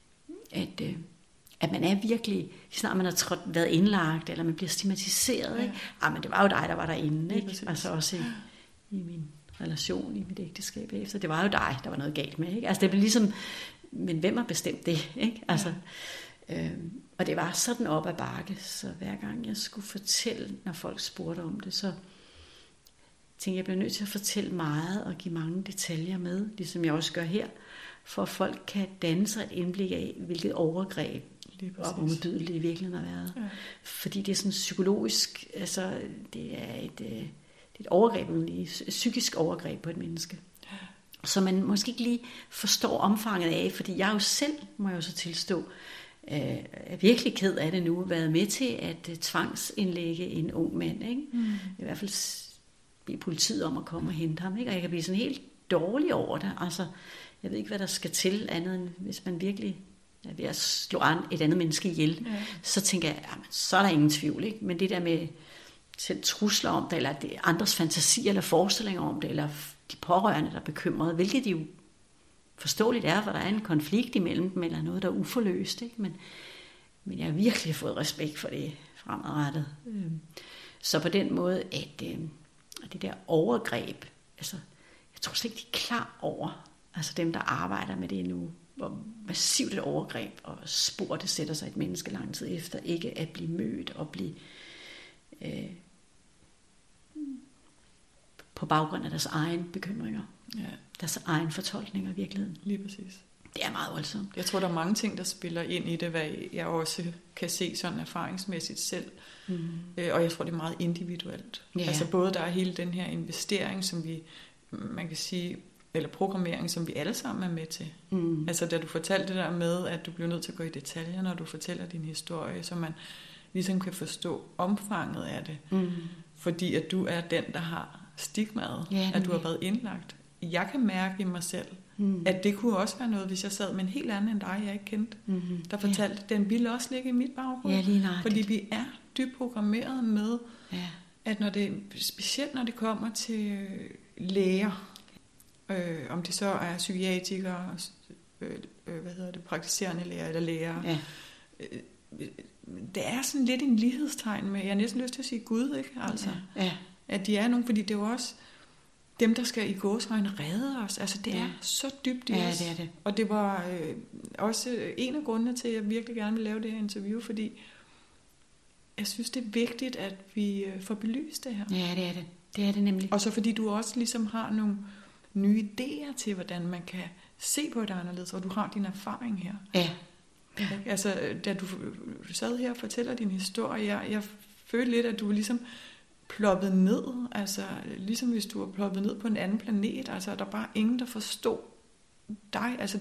at man er virkelig, snart man har været indlagt, eller man bliver stigmatiseret, ikke? Men det var jo dig, der var derinde, ikke? Altså også i min relation, i mit ægteskab efter, det var jo dig, der var noget galt med, ikke? Altså det blev ligesom, men hvem har bestemt det, ikke? Altså, og det var sådan op ad bakke, så hver gang jeg skulle fortælle, når folk spurgte om det, så tænkte jeg blev nødt til at fortælle meget og give mange detaljer med, ligesom jeg også gør her, for at folk kan danne sig et indblik af, hvilket overgreb og modbydeligt det i virkeligheden har været. Ja. Fordi det er sådan psykologisk, altså det er et overgreb, et psykisk overgreb på et menneske. Ja. Så man måske ikke lige forstår omfanget af, fordi jeg jo selv, må jeg jo så tilstå, er virkelig ked af det nu, været med til at tvangsindlægge en ung mand, ikke? I hvert fald bede politiet om at komme og hente ham, ikke? Og jeg kan blive sådan helt dårlig over det. Altså, jeg ved ikke, hvad der skal til, andet end hvis man virkelig er ved at slå et andet menneske ihjel, så tænker jeg, jamen, så er der ingen tvivl, ikke? Men det der med selv trusler om det, eller andres fantasier eller forestillinger om det, eller de pårørende, der er bekymrede, hvilket de jo forståeligt er, for der er en konflikt imellem dem, eller noget, der er uforløst, ikke? Men jeg har virkelig fået respekt for det fremadrettet. Så på den måde, at det der overgreb, altså, jeg tror slet ikke, de er klar over, altså dem, der arbejder med det nu, hvor massivt et overgreb og spor, det sætter sig et menneske lang tid efter, ikke at blive mødt og blive på baggrund af deres egen bekymringer. Ja. Deres egen fortolkning af virkeligheden.
Lige præcis.
Det er meget voldsomt.
Jeg tror, der er mange ting, der spiller ind i det, hvad jeg også kan se sådan erfaringsmæssigt selv. Og jeg tror, det er meget individuelt. Ja. Altså både der er hele den her investering, som vi, man kan sige, eller programmering, som vi alle sammen er med til. Altså da du fortalte det der med, at du bliver nødt til at gå i detaljer, når du fortæller din historie, så man ligesom kan forstå omfanget af det. Fordi at du er den, der har stigmaet, at du har været indlagt. Jeg kan mærke i mig selv, at det kunne også være noget, hvis jeg sad med en helt anden end dig, jeg ikke kendte, der fortalte, den ville også ligge i mit baghoved.
Ja, lige nøjagtigt.
Fordi vi er dybt programmeret med, at når det, specielt når det kommer til læger, om det så er psykiatrikere, praktiserende læger eller læger, det er sådan lidt en lighedstegn med, jeg har næsten lyst til at sige Gud, ikke? Altså, at de er nogen, fordi det er jo også dem, der skal i gåseøjne redde os. Altså det er så dybt i os.
Det er det.
Og det var også en af grundene til, at jeg virkelig gerne vil lave det her interview, fordi jeg synes, det er vigtigt, at vi får belyst det her.
Ja, det er det. Det er det nemlig.
Og så fordi du også ligesom har nogle nye idéer til, hvordan man kan se på det anderledes, og du har din erfaring her.
Ja.
Altså, da du sad her og fortæller din historie, jeg følte lidt, at du ligesom ploppet ned, altså ligesom hvis du var ploppet ned på en anden planet, altså der er bare ingen, der forstod dig, altså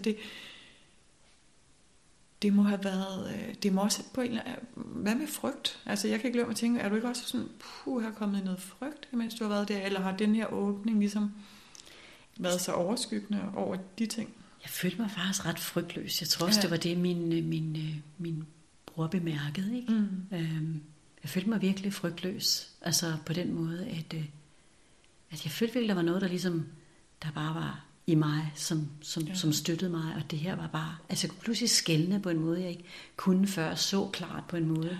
det må have været, det må også på en eller anden, hvad med frygt? Altså jeg kan ikke lade mig at tænke, er du ikke også sådan, har kommet i noget frygt, mens du har været der, eller har den her åbning ligesom været så overskyggende over de ting?
Jeg følte mig faktisk ret frygtløs. Jeg tror også, det var det, min bror bemærkede, ikke? Jeg følte mig virkelig frygtløs. Altså på den måde, at jeg følte virkelig, der var noget, der ligesom, der bare var i mig, som støttede mig. Og det her var bare, altså jeg kunne pludselig skelne på en måde, jeg ikke kunne før, så klart på en måde.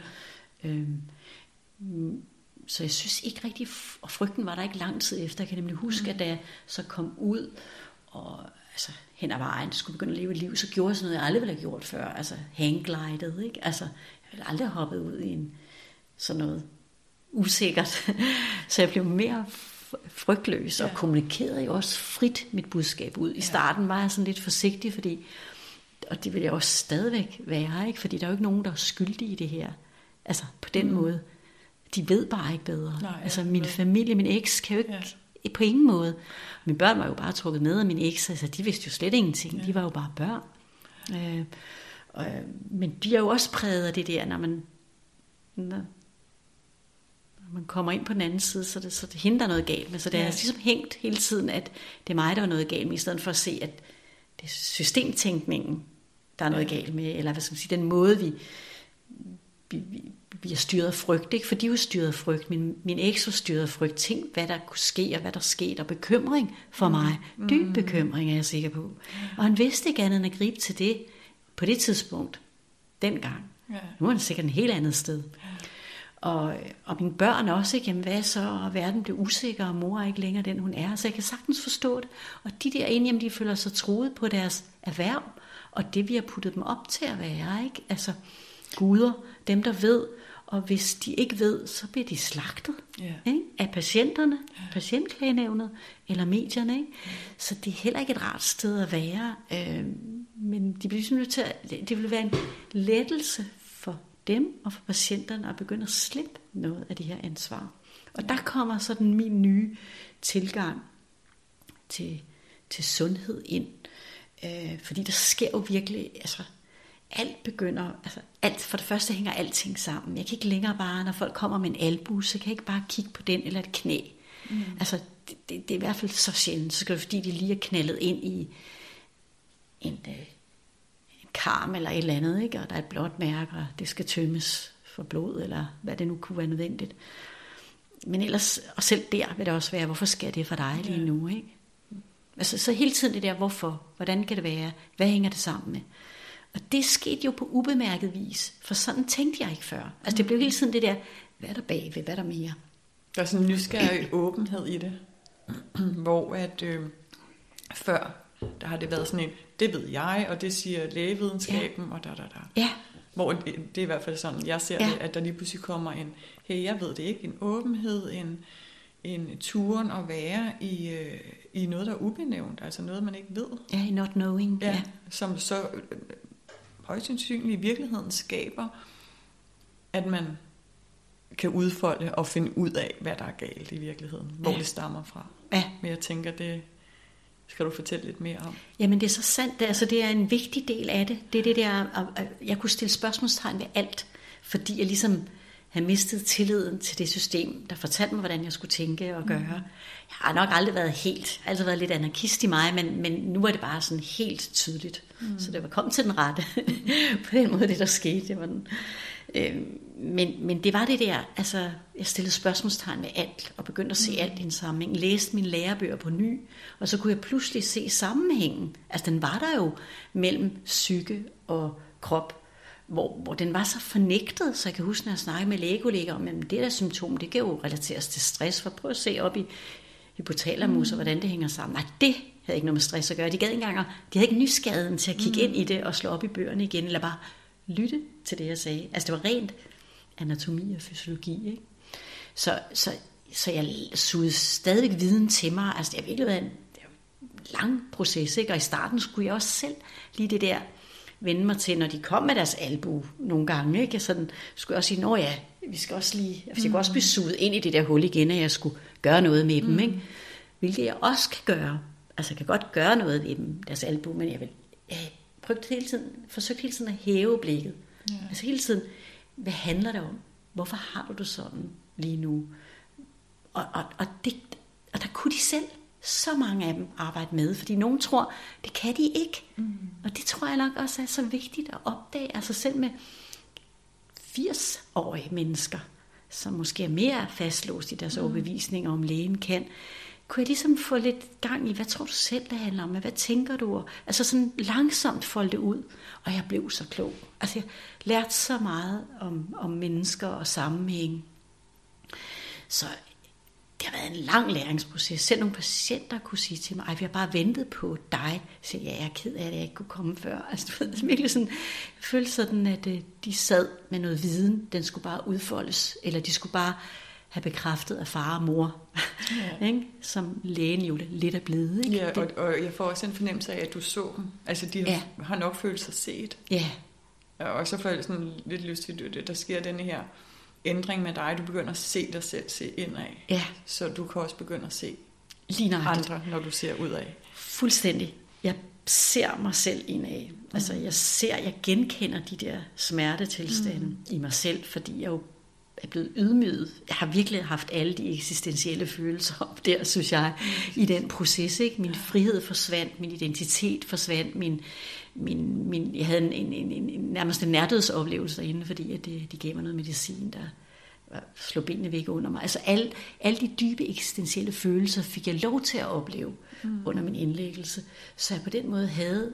Så jeg synes ikke rigtig, og frygten var der ikke lang tid efter. Jeg kan nemlig huske, at da jeg så kom ud, og altså hen ad vejen, skulle begynde at leve et liv, så gjorde jeg sådan noget, jeg aldrig ville have gjort før. Altså hangglidet, ikke? Altså jeg ville aldrig have hoppet ud i sådan noget usikkert. Så jeg blev mere frygtløs og kommunikerede jo også frit mit budskab ud. I starten var jeg sådan lidt forsigtig, fordi, og det vil jeg også stadigvæk være, ikke? Fordi der er jo ikke nogen, der er skyldige i det her. Altså på den måde. De ved bare ikke bedre. Nej, altså min familie, min eks kan jo ikke på ingen måde. Mine børn var jo bare trukket med af min eks, altså de vidste jo slet ingenting. De var jo bare børn. Men de er jo også præget af det der, når man man kommer ind på den anden side, så det hende, der er noget galt med. Så det er ligesom hængt hele tiden, at det er mig, der er noget galt med, i stedet for at se, at det er systemtænkningen, der er noget galt med, eller hvad skal man sige, den måde, vi er styret af frygt, ikke? For de er jo styret af frygt. Min eks var styret af frygt. Tænk, hvad der kunne ske, og hvad der skete, og bekymring for mig. Dyb bekymring, er jeg sikker på. Og han vidste ikke andet end at gribe til det, på det tidspunkt, dengang. Nu er han sikkert en helt andet sted. Og mine børn også, ikke? Jamen, hvad så? Og verden blev usikker, og mor er ikke længere den, hun er. Så jeg kan sagtens forstå det. Og de der inde, de føler sig truet på deres erhverv, og det vi har puttet dem op til at være, ikke? Altså, guder, dem der ved, og hvis de ikke ved, så bliver de slagtet ikke? Af patienterne, patientklagenævnet eller medierne. Ikke? Så det er heller ikke et rart sted at være, men de bliver nødt til det vil være en lettelse for dem og for patienterne at begynde at slippe noget af det her ansvar. Og der kommer sådan min nye tilgang til sundhed ind, fordi der sker jo virkelig, altså alt begynder, altså alt, for det første hænger alting sammen. Jeg kan ikke længere bare, når folk kommer med en albue, så kan jeg ikke bare kigge på den eller et knæ. Altså det er i hvert fald så sjældent, så skal det fordi de lige er knaldet ind i en karm eller et eller andet, ikke? Og der er et blåt mærke, og det skal tømmes for blod, eller hvad det nu kunne være nødvendigt. Men ellers, og selv der vil det også være, hvorfor skal det for dig lige nu, ikke? Altså så hele tiden det der, hvorfor, hvordan kan det være, hvad hænger det sammen med? Og det skete jo på ubemærket vis, for sådan tænkte jeg ikke før. Altså det blev hele tiden det der, hvad er der bagved, hvad er der mere?
Der er sådan en nysgerrig åbenhed i det, hvor at før, der har det været sådan en, det ved jeg, og det siger lægevidenskaben, og
Ja.
Hvor det er i hvert fald sådan, jeg ser det, at der lige pludselig kommer en, hey, jeg ved det ikke, en åbenhed, en turen at være i noget, der er ubenævnt, altså noget, man ikke ved.
Ja, i not knowing.
Ja. Som så højst sandsynligt i virkeligheden skaber, at man kan udfolde og finde ud af, hvad der er galt i virkeligheden, hvor det stammer fra.
Ja.
Men jeg tænker, det skal du fortælle lidt mere om.
Jamen det er så sandt, altså det er en vigtig del af det. Det er det der, jeg kunne stille spørgsmålstegn ved alt, fordi jeg ligesom havde mistet tilliden til det system, der fortalte mig, hvordan jeg skulle tænke og gøre. Jeg har nok aldrig været altid været lidt anarkist i mig, men nu er det bare sådan helt tydeligt. Så det var kommet til den rette på den måde, det der skete. Det var den. Men det var det der, altså jeg stillede spørgsmålstegn ved alt, og begyndte at se alt i en sammenhæng, læste mine lærebøger på ny, og så kunne jeg pludselig se sammenhængen. Altså den var der jo mellem psyke og krop, hvor den var så fornægtet, så jeg kan huske, når jeg snakkede med lægekolleger om, at det der symptom, det kan jo relateres til stress, for prøv at se op i hypotalamus, og hvordan det hænger sammen. Nej, det havde ikke noget med stress at gøre. De havde ikke nysgerrigheden til at kigge ind i det, og slå op i bøgerne igen, eller bare lytte til det, jeg sagde. Altså det var rent anatomi og fysiologi, ikke? Så jeg sugede stadigvæk viden til mig. Altså det har virkelig været en lang proces, ikke? Og i starten skulle jeg også selv lige det der vende mig til, når de kom med deres albue nogle gange, ikke? Sådan skulle jeg også sige, nå ja, vi skal også lige, jeg skal også blive suget ind i det der hul igen, at jeg skulle gøre noget med dem, ikke? Hvilket jeg også kan gøre. Altså jeg kan godt gøre noget ved dem, deres albue, men jeg vil forsøgte hele tiden at hæve blikket. Ja. Altså hele tiden, hvad handler det om? Hvorfor har du det sådan lige nu? Og der kunne de selv, så mange af dem, arbejde med, fordi nogen tror, det kan de ikke. Og det tror jeg nok også er så vigtigt at opdage, altså selv med 80-årige mennesker, som måske er mere fastlåst i deres overbevisninger om lægen kan, kunne jeg ligesom få lidt gang i, hvad tror du selv, det handler om? Hvad tænker du? Altså sådan langsomt folde det ud. Og jeg blev så klog. Altså jeg lærte så meget om mennesker og sammenhæng. Så det har været en lang læringsproces. Selv nogle patienter kunne sige til mig, vi har bare ventet på dig. Så jeg er ked af, at jeg ikke kunne komme før. Altså det var virkelig sådan, jeg følte sådan, at de sad med noget viden. Den skulle bare udfoldes. Eller de skulle bare have bekræftet af far og mor, ikke? Som lægen jo lidt er blevet. Ikke?
Ja, og jeg får også en fornemmelse af, at du så dem. Altså de har nok følt sig set.
Ja.
Og så får jeg sådan lidt lyst til, at der sker denne her ændring med dig. Du begynder at se dig selv, se indad.
Ja.
Så du kan også begynde at se
andre,
når du ser udad.
Fuldstændig. Jeg ser mig selv indad. Altså jeg genkender de der smertetilstande i mig selv, fordi jeg jo er blevet ydmyget. Jeg har virkelig haft alle de eksistentielle følelser op der, synes jeg, i den proces. Ikke? Min frihed forsvandt, min identitet forsvandt, jeg havde nærmest en nærdødsoplevelse derinde, fordi at de gav mig noget medicin, der slog benene væk under mig. Altså alle de dybe eksistentielle følelser fik jeg lov til at opleve under min indlæggelse, så jeg på den måde havde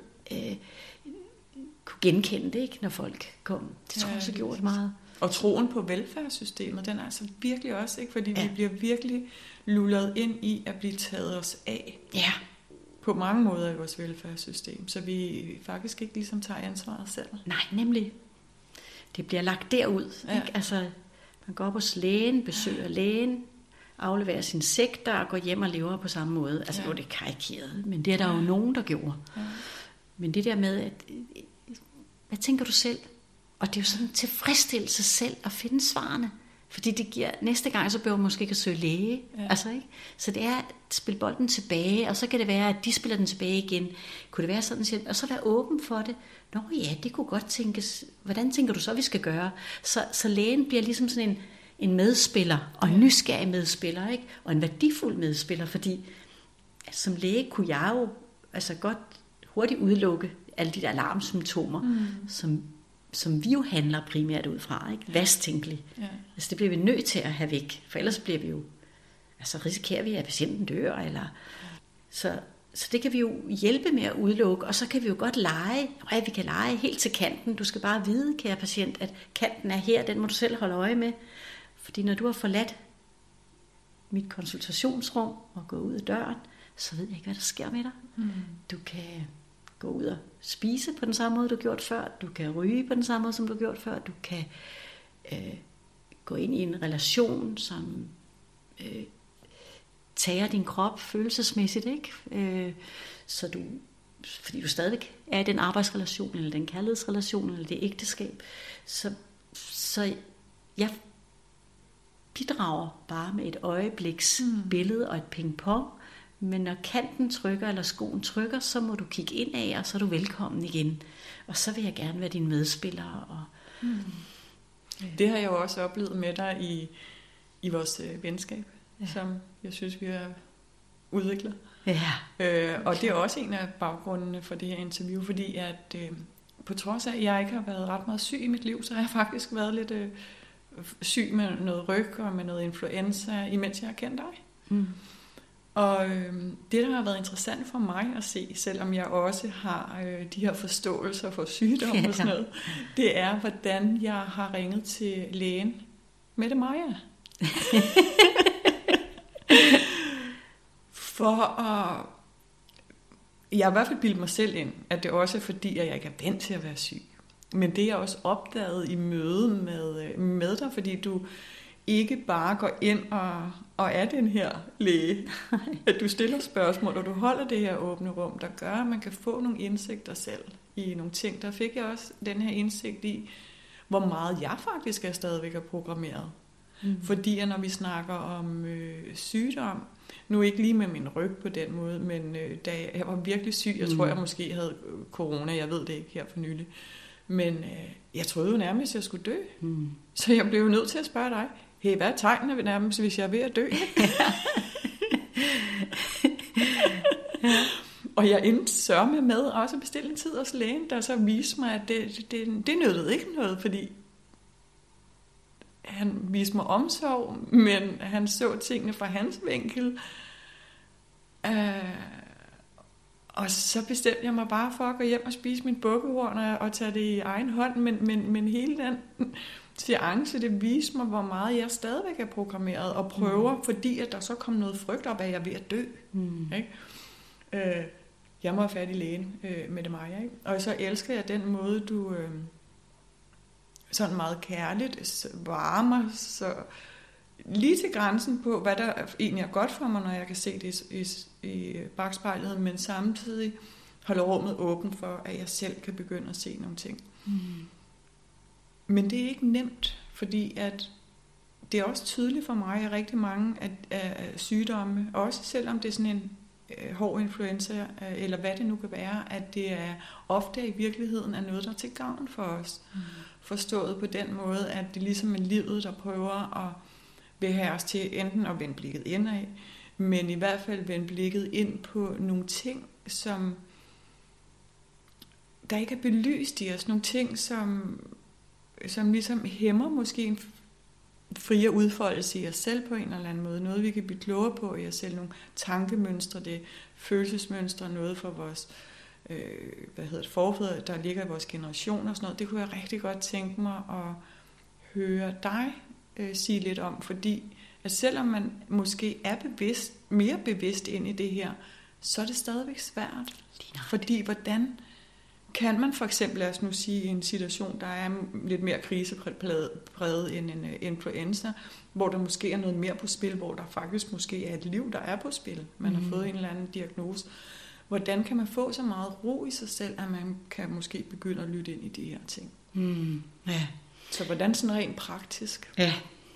kunne genkende det, ikke, når folk kom. Det tror jeg også gjorde meget.
Og troen på velfærdssystemet, den er altså virkelig også, ikke? Fordi vi bliver virkelig lullet ind i at blive taget os af.
Ja.
På mange måder i vores velfærdssystem, så vi faktisk ikke ligesom tager ansvaret selv.
Nej, nemlig. Det bliver lagt derud. Ja. Ikke? Altså, man går op hos lægen, besøger lægen, afleverer sin sektor og går hjem og lever på samme måde. Altså, det er karikeret, men det er der jo nogen, der gjorde. Ja. Men det der med, at hvad tænker du selv? Og det er jo sådan en tilfredsstillelse selv at finde svarene. Fordi det giver, næste gang, så behøver man måske ikke at søge læge. Ja. Altså, ikke? Så det er at spille bolden tilbage, og så kan det være, at de spiller den tilbage igen. Kunne det være sådan, og så være åben for det. Nå ja, det kunne godt tænkes. Hvordan tænker du så, vi skal gøre? Så lægen bliver ligesom sådan en medspiller, og en nysgerrig medspiller, ikke? Og en værdifuld medspiller, fordi som læge kunne jeg jo altså godt hurtigt udelukke alle de der alarmsymptomer, som vi jo handler primært ud fra, ikke? Vasttænkelig. Ja. Altså det bliver vi nødt til at have væk, for ellers bliver vi jo, altså risikerer vi, at patienten dør, eller så det kan vi jo hjælpe med at udelukke, og så kan vi jo godt lege, vi kan lege helt til kanten. Du skal bare vide, kære patient, at kanten er her, den må du selv holde øje med. Fordi når du har forladt mit konsultationsrum og gået ud af døren, så ved jeg ikke, hvad der sker med dig. Du kan gå ud og spise på den samme måde, du har gjort før. Du kan ryge på den samme måde, som du har gjort før. Du kan gå ind i en relation, som tager din krop følelsesmæssigt, ikke? Fordi du stadigvæk er i den arbejdsrelation, eller den kærlighedsrelation, eller det ægteskab. Så jeg bidrager bare med et øjebliks billede og et ping-pong. Men når kanten trykker, eller skoen trykker, så må du kigge ind af, og så er du velkommen igen. Og så vil jeg gerne være din medspiller.
Det har jeg jo også oplevet med dig i vores venskab, som jeg synes, vi har udviklet. Ja. Og det er også en af baggrundene for det her interview, fordi at på trods af, at jeg ikke har været ret meget syg i mit liv, så har jeg faktisk været lidt syg med noget ryg og med noget influenza, imens jeg har kendt dig. Og det, der har været interessant for mig at se, selvom jeg også har de her forståelser for sygdom og sådan noget, det er, hvordan jeg har ringet til lægen Mette Maja. For at... Jeg har i hvert fald bildet mig selv ind, at det også er fordi, at jeg ikke er vant til at være syg. Men det er jeg også opdaget i møde med dig, fordi du ikke bare går ind og er den her læge. At du stiller spørgsmål, og du holder det her åbne rum, der gør, at man kan få nogle indsigter selv i nogle ting. Der fik jeg også den her indsigt i, hvor meget jeg faktisk er stadigvæk er programmeret. Fordi at når vi snakker om sygdom, nu ikke lige med min ryg på den måde, men da jeg var virkelig syg, jeg tror jeg måske havde corona, jeg ved det ikke her for nylig, men jeg troede jo nærmest, at jeg skulle dø. Så jeg blev nødt til at spørge dig, hey, hvad er tegnene nærmest, hvis jeg er ved at dø? Og jeg endte sørme med også at bestille en tid hos lægen, der så viste mig, at det nyttede ikke noget, fordi han viste mig omsorg, men han så tingene fra hans vinkel. Og så bestemte jeg mig bare for at gå hjem og spise min bukkehorn og tage det i egen hånd, men hele den seance, det viste mig, hvor meget jeg stadigvæk er programmeret og prøver, fordi at der så kom noget frygt op, at jeg er ved at dø. Ikke? Jeg må have fat i lægen med det Maja, ikke? Og så elsker jeg den måde, du sådan meget kærligt varmer, så lige til grænsen på, hvad der egentlig er godt for mig, når jeg kan se det i bagspejlet, men samtidig holder rummet åbent for, at jeg selv kan begynde at se nogle ting. Men det er ikke nemt, fordi at det er også tydeligt for mig, at rigtig mange af sygdomme, også selvom det er sådan hård influenza, eller hvad det nu kan være, at det er ofte i virkeligheden er noget, der er til gavn for os. Forstået på den måde, at det ligesom er livet, der prøver at vil have os til enten at vende blikket indad, men i hvert fald vende blikket ind på nogle ting, som der ikke er belyst i os. Nogle ting, som ligesom hæmmer måske en friere udfoldelse i os selv på en eller anden måde. Noget, vi kan blive klogere på i os selv. Nogle tankemønstre, det følelsesmønstre, noget for vores forfædre, der ligger i vores generation og sådan noget. Det kunne jeg rigtig godt tænke mig at høre dig sige lidt om, fordi at selvom man måske er mere bevidst ind i det her, så er det stadigvæk svært. Fordi hvordan kan man for eksempel, lad os nu sige, i en situation, der er lidt mere krisepræget end en influenza, hvor der måske er noget mere på spil, hvor der faktisk måske er et liv, der er på spil. Man har fået en eller anden diagnose. Hvordan kan man få så meget ro i sig selv, at man kan måske begynde at lytte ind i de her ting?
Ja.
Så hvordan sådan rent praktisk?
Ja.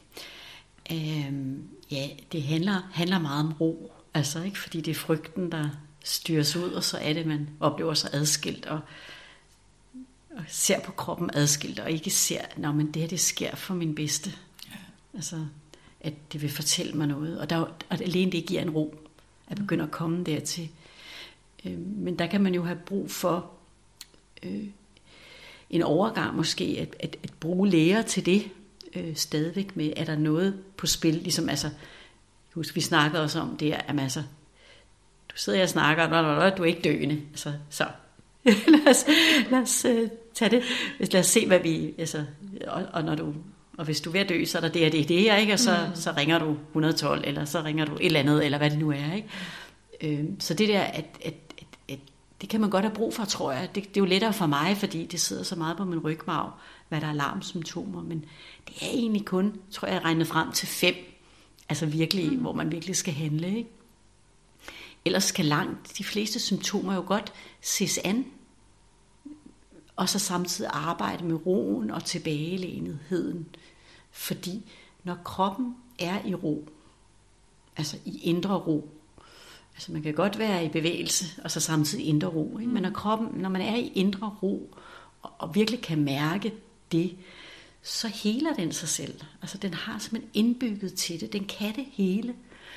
Ja, det handler meget om ro. Altså ikke, fordi det er frygten, der styres ud, og så er det, man oplever sig adskilt, og ser på kroppen adskilt, og ikke ser, men det her, det sker for min bedste. Ja. Altså, at det vil fortælle mig noget, og alene det giver en ro, at begynde at komme dertil. Men der kan man jo have brug for en overgang måske, at bruge læger til det, stadigvæk med, er der noget på spil, ligesom altså, husk, vi snakkede også om det, at altså, du sidder og snakker, du er ikke døende, altså, så lad os tage det, lad os se, hvad vi, altså, og hvis du er ved at dø, så er der det her, ikke? Og så ringer du 112, eller så ringer du et eller andet, eller hvad det nu er, ikke? Så det der, at det kan man godt have brug for, tror jeg. Det er jo lettere for mig, fordi det sidder så meget på min rygmarv, hvad der er alarmsymptomer, men det er egentlig kun, tror jeg, regnet frem til 5, altså virkelig, hvor man virkelig skal handle, ikke? Ellers kan langt de fleste symptomer jo godt ses an, og så samtidig arbejde med roen og tilbagelænetheden. Fordi når kroppen er i ro, altså i indre ro, altså man kan godt være i bevægelse, og så samtidig indre ro, ikke? Men når man er i indre ro, og virkelig kan mærke det, så heler den sig selv. Altså den har simpelthen indbygget til det, den kan det hele.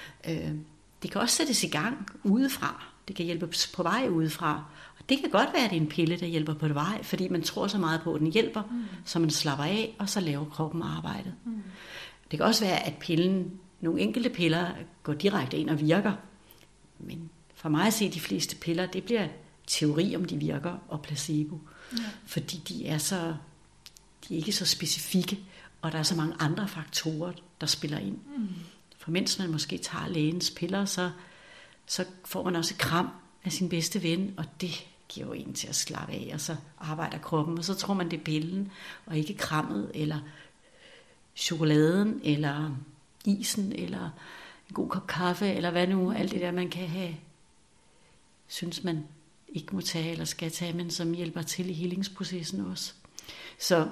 Det kan også sættes i gang udefra. Det kan hjælpe på vej udefra. Og det kan godt være, at det er en pille, der hjælper på vej, fordi man tror så meget på, at den hjælper, så man slapper af, og så laver kroppen arbejdet. Det kan også være, at nogle enkelte piller går direkte ind og virker. Men for mig at se, de fleste piller, det bliver teori, om de virker, og placebo. Ja. Fordi de er ikke så specifikke, og der er så mange andre faktorer, der spiller ind. For mens man måske tager lægens piller, så får man også kram af sin bedste ven, og det giver jo en til at slappe af, og så arbejder kroppen, og så tror man, det er pillen, og ikke krammet, eller chokoladen, eller isen, eller en god kop kaffe, eller hvad nu, alt det der, man kan have, synes man ikke må tage, eller skal tage, men som hjælper til i helingsprocessen også. Så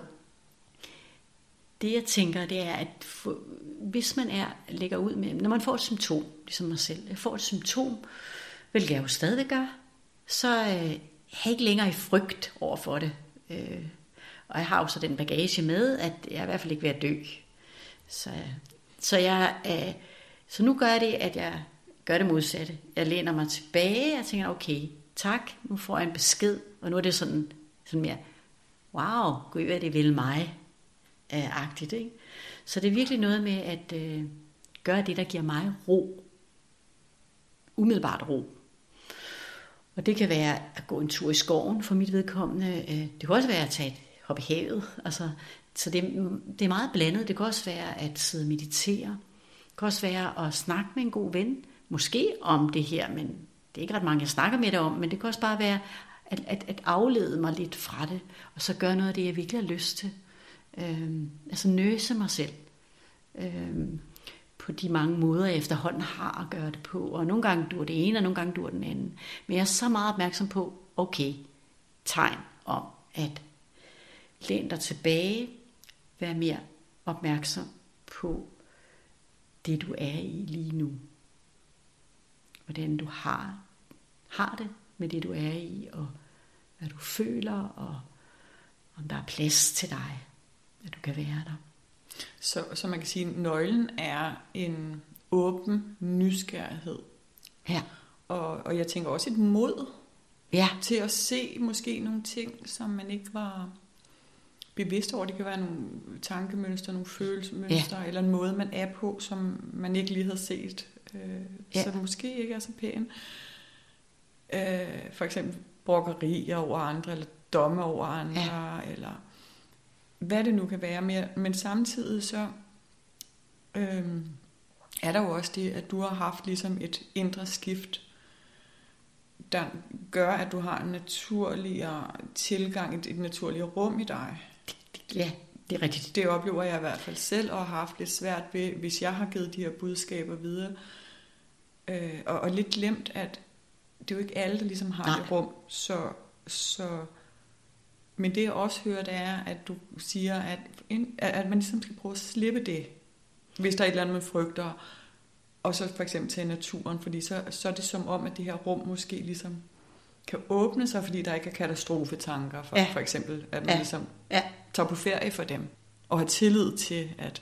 det jeg tænker, det er, at hvis man lægger ud med, når man får et symptom, ligesom mig selv, jeg får et symptom, hvilket jeg jo stadig gør, så er jeg ikke længere i frygt over for det. Og jeg har jo så den bagage med, at jeg er i hvert fald ikke ved at dø. Så nu gør jeg det, at jeg gør det modsatte. Jeg læner mig tilbage, og tænker, okay, tak, nu får jeg en besked, og nu er det sådan mere, wow, gud, hvad det vil mig, agtigt, ikke? Så det er virkelig noget med at gøre det, der giver mig ro. Umiddelbart ro. Og det kan være at gå en tur i skoven for mit vedkommende. Det kan også være at tage et hop i havet. Altså, så det er meget blandet. Det kan også være at sidde og meditere. Det kan også være at snakke med en god ven. Måske om det her, men det er ikke ret mange, jeg snakker med det om. Men det kan også bare være at aflede mig lidt fra det. Og så gøre noget af det, jeg virkelig har lyst til. Altså nøse mig selv. På de mange måder, jeg efterhånden har at gøre det på. Og nogle gange dur det ene, og nogle gange dur den anden. Men jeg er så meget opmærksom på, okay, tegn om at læn dig tilbage, vær mere opmærksom på det, du er i lige nu. hvordan du har det med det, du er i, og hvad du føler, og om der er plads til dig, at du kan være der.
Så man kan sige, at nøglen er en åben nysgerrighed.
Ja.
Og jeg tænker også et mod
Ja.
til at se måske nogle ting, som man ikke var bevidst over. Det kan være nogle tankemønstre, nogle følelsesmønstre, eller en måde, man er på, som man ikke lige havde set. Så måske ikke er så pæn. For eksempel brokkerier over andre, eller domme over andre, eller hvad det nu kan være. Men samtidig så er der jo også det, at du har haft ligesom et indre skift, der gør, at du har en naturligere tilgang, et naturligere rum i dig.
Ja, det er rigtigt.
Det oplever jeg i hvert fald selv, og har haft lidt svært ved, hvis jeg har givet de her budskaber videre. Og lidt glemt, at det er jo ikke alle, der ligesom har det rum. Men det jeg også hører, det er, at du siger, at man ligesom skal prøve at slippe det, hvis der er et eller andet, man frygter, og så for eksempel til naturen, fordi så er det som om, at det her rum måske ligesom kan åbne sig, fordi der ikke er katastrofetanker, for eksempel, at man ligesom tager på ferie for dem, og har tillid til, at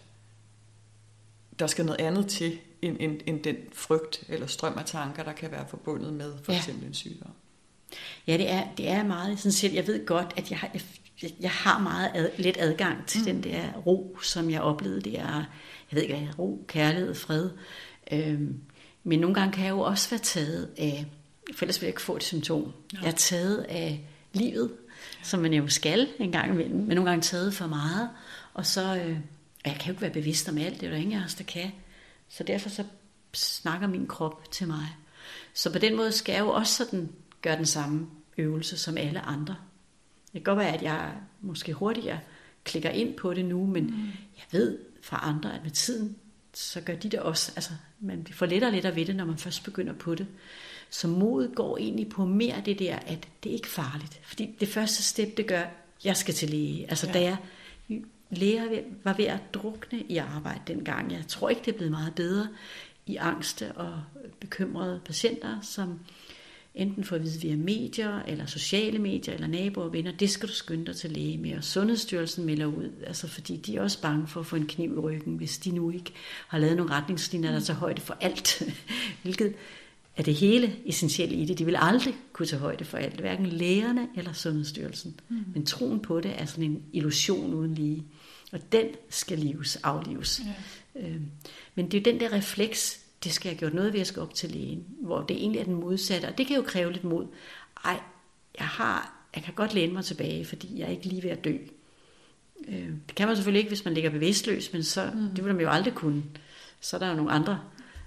der skal noget andet til, end den frygt eller strøm af tanker, der kan være forbundet med for eksempel en sygdom. Ja,
det er meget essentielt. Jeg ved godt, at jeg har meget let adgang til den der ro, som jeg oplevede. Det er, jeg ved ikke hvad, ro, kærlighed, fred. Men nogle gange kan jeg jo også være taget af, for ellers vil jeg ikke få et symptom. Jeg er taget af livet, som man jo skal en gang imellem, men nogle gange taget for meget. Og så, jeg kan jo ikke være bevidst om alt, det er der ingen af os, der kan. Så derfor så snakker min krop til mig. Så på den måde skal jeg jo også sådan gøre den samme øvelse som alle andre. Det kan godt være, at jeg måske hurtigere klikker ind på det nu, men jeg ved fra andre, at med tiden, så gør de det også. Altså, man får lettere ved det, når man først begynder på det. Så modet går egentlig på mere det der, at det er ikke farligt. Fordi det første step, det gør, jeg skal til læge. Altså, da jeg læger var ved at drukne i arbejde dengang. Jeg tror ikke, det er blevet meget bedre i angste og bekymrede patienter, som enten får at vide via medier, eller sociale medier, eller naboer og venner, det skal du skynde dig til læge med. Og Sundhedsstyrelsen melder ud, altså fordi de er også bange for at få en kniv i ryggen, hvis de nu ikke har lavet nogle retningslinjer, der tager højde for alt. Hvilket er det hele essentielle i det. De vil aldrig kunne tage højde for alt, hverken lægerne eller Sundhedsstyrelsen. Men troen på det er sådan en illusion uden lige. Og den skal aflives. Men det er jo den der refleks, det skal jeg have gjort noget ved, at jeg skal op til lægen, hvor det egentlig er den modsatte, og det kan jo kræve lidt mod. Jeg kan godt læne mig tilbage, fordi jeg er ikke lige ved at dø. Det kan man selvfølgelig ikke, hvis man ligger bevidstløs, men så, det vil man jo aldrig kunne. Så er der jo nogle andre,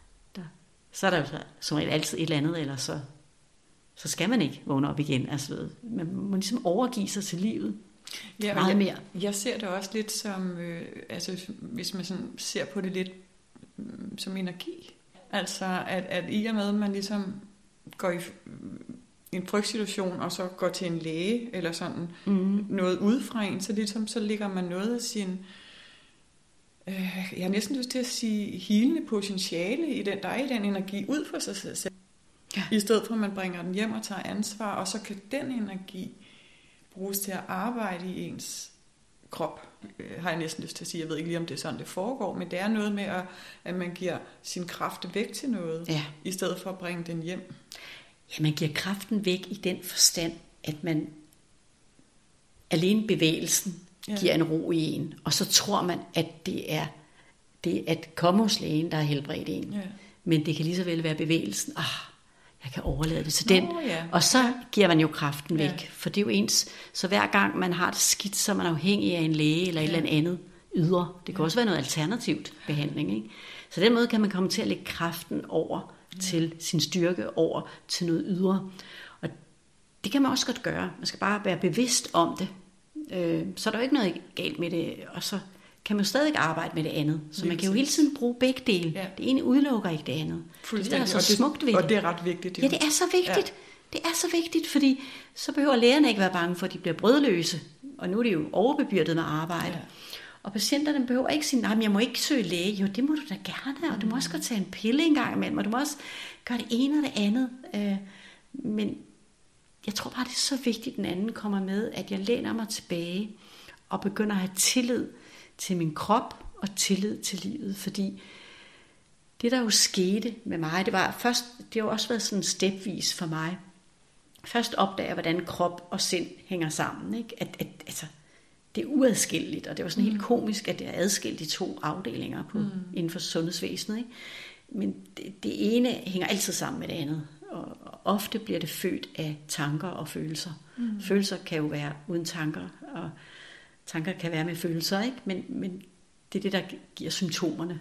så er der jo som regel altid et eller andet, eller så skal man ikke vågne op igen. Altså, man må ligesom overgive sig til livet.
Ja, meget mere. Jeg ser det også lidt som, hvis man sådan ser på det lidt som energi. Altså, at i og med, at man ligesom går i en frygtsituation, og så går til en læge, eller sådan noget udefra en, så ligesom så ligger man noget af sin, jeg har næsten lyst til at sige, healende potentiale i den, der er i den energi ud for sig selv. Ja. I stedet for, at man bringer den hjem og tager ansvar, og så kan den energi bruges til at arbejde i ens krop, har jeg næsten lyst til at sige. Jeg ved ikke lige, om det er sådan, det foregår, men det er noget med, at man giver sin kraft væk til noget, i stedet for at bringe den hjem.
Ja, man giver kraften væk i den forstand, at man alene bevægelsen giver en ro i en, og så tror man, at det er at komme hos lægen, der har helbredt en. Ja. Men det kan lige så vel være bevægelsen. Jeg kan overlade det til den. Og så giver man jo kraften væk. For det er jo ens. Så hver gang man har det skidt, så er man afhængig af en læge eller et eller andet ydre. Det kan også være noget alternativt behandling. Ikke? Så den måde kan man komme til at lægge kraften over til sin styrke, over til noget ydre. Og det kan man også godt gøre. Man skal bare være bevidst om det. Så er der jo ikke noget galt med det. Og så kan man stadig arbejde med det andet. Så man kan jo hele tiden bruge begge dele. Ja. Det ene udelukker ikke det andet. Det er så smukt ved det.
Og det er ret vigtigt.
Ja, det er så vigtigt. Ja. Det er så vigtigt, fordi så behøver lægerne ikke være bange for, at de bliver brødløse. Og nu er de jo overbebyrdet med arbejde. Ja. Og patienterne behøver ikke sige, nej, men jeg må ikke søge læge. Jo, det må du da gerne, og du må også godt tage en pille en gang imellem, og du må også gøre det ene og det andet. Men jeg tror bare, det er så vigtigt, at den anden kommer med, at jeg læner mig tilbage og begynder at have tillid til min krop og tillid til livet. Fordi det, der jo skete med mig, det har jo også været sådan stepvis for mig. Først opdager jeg, hvordan krop og sind hænger sammen. Ikke? Altså, det er uadskilleligt, og det var sådan helt komisk, at det er adskilt i 2 afdelinger inden for sundhedsvæsenet. Ikke? Men det ene hænger altid sammen med det andet, og ofte bliver det født af tanker og følelser. Følelser kan jo være uden tanker, og tanker kan være med følelser, ikke? Men det er det, der giver symptomerne.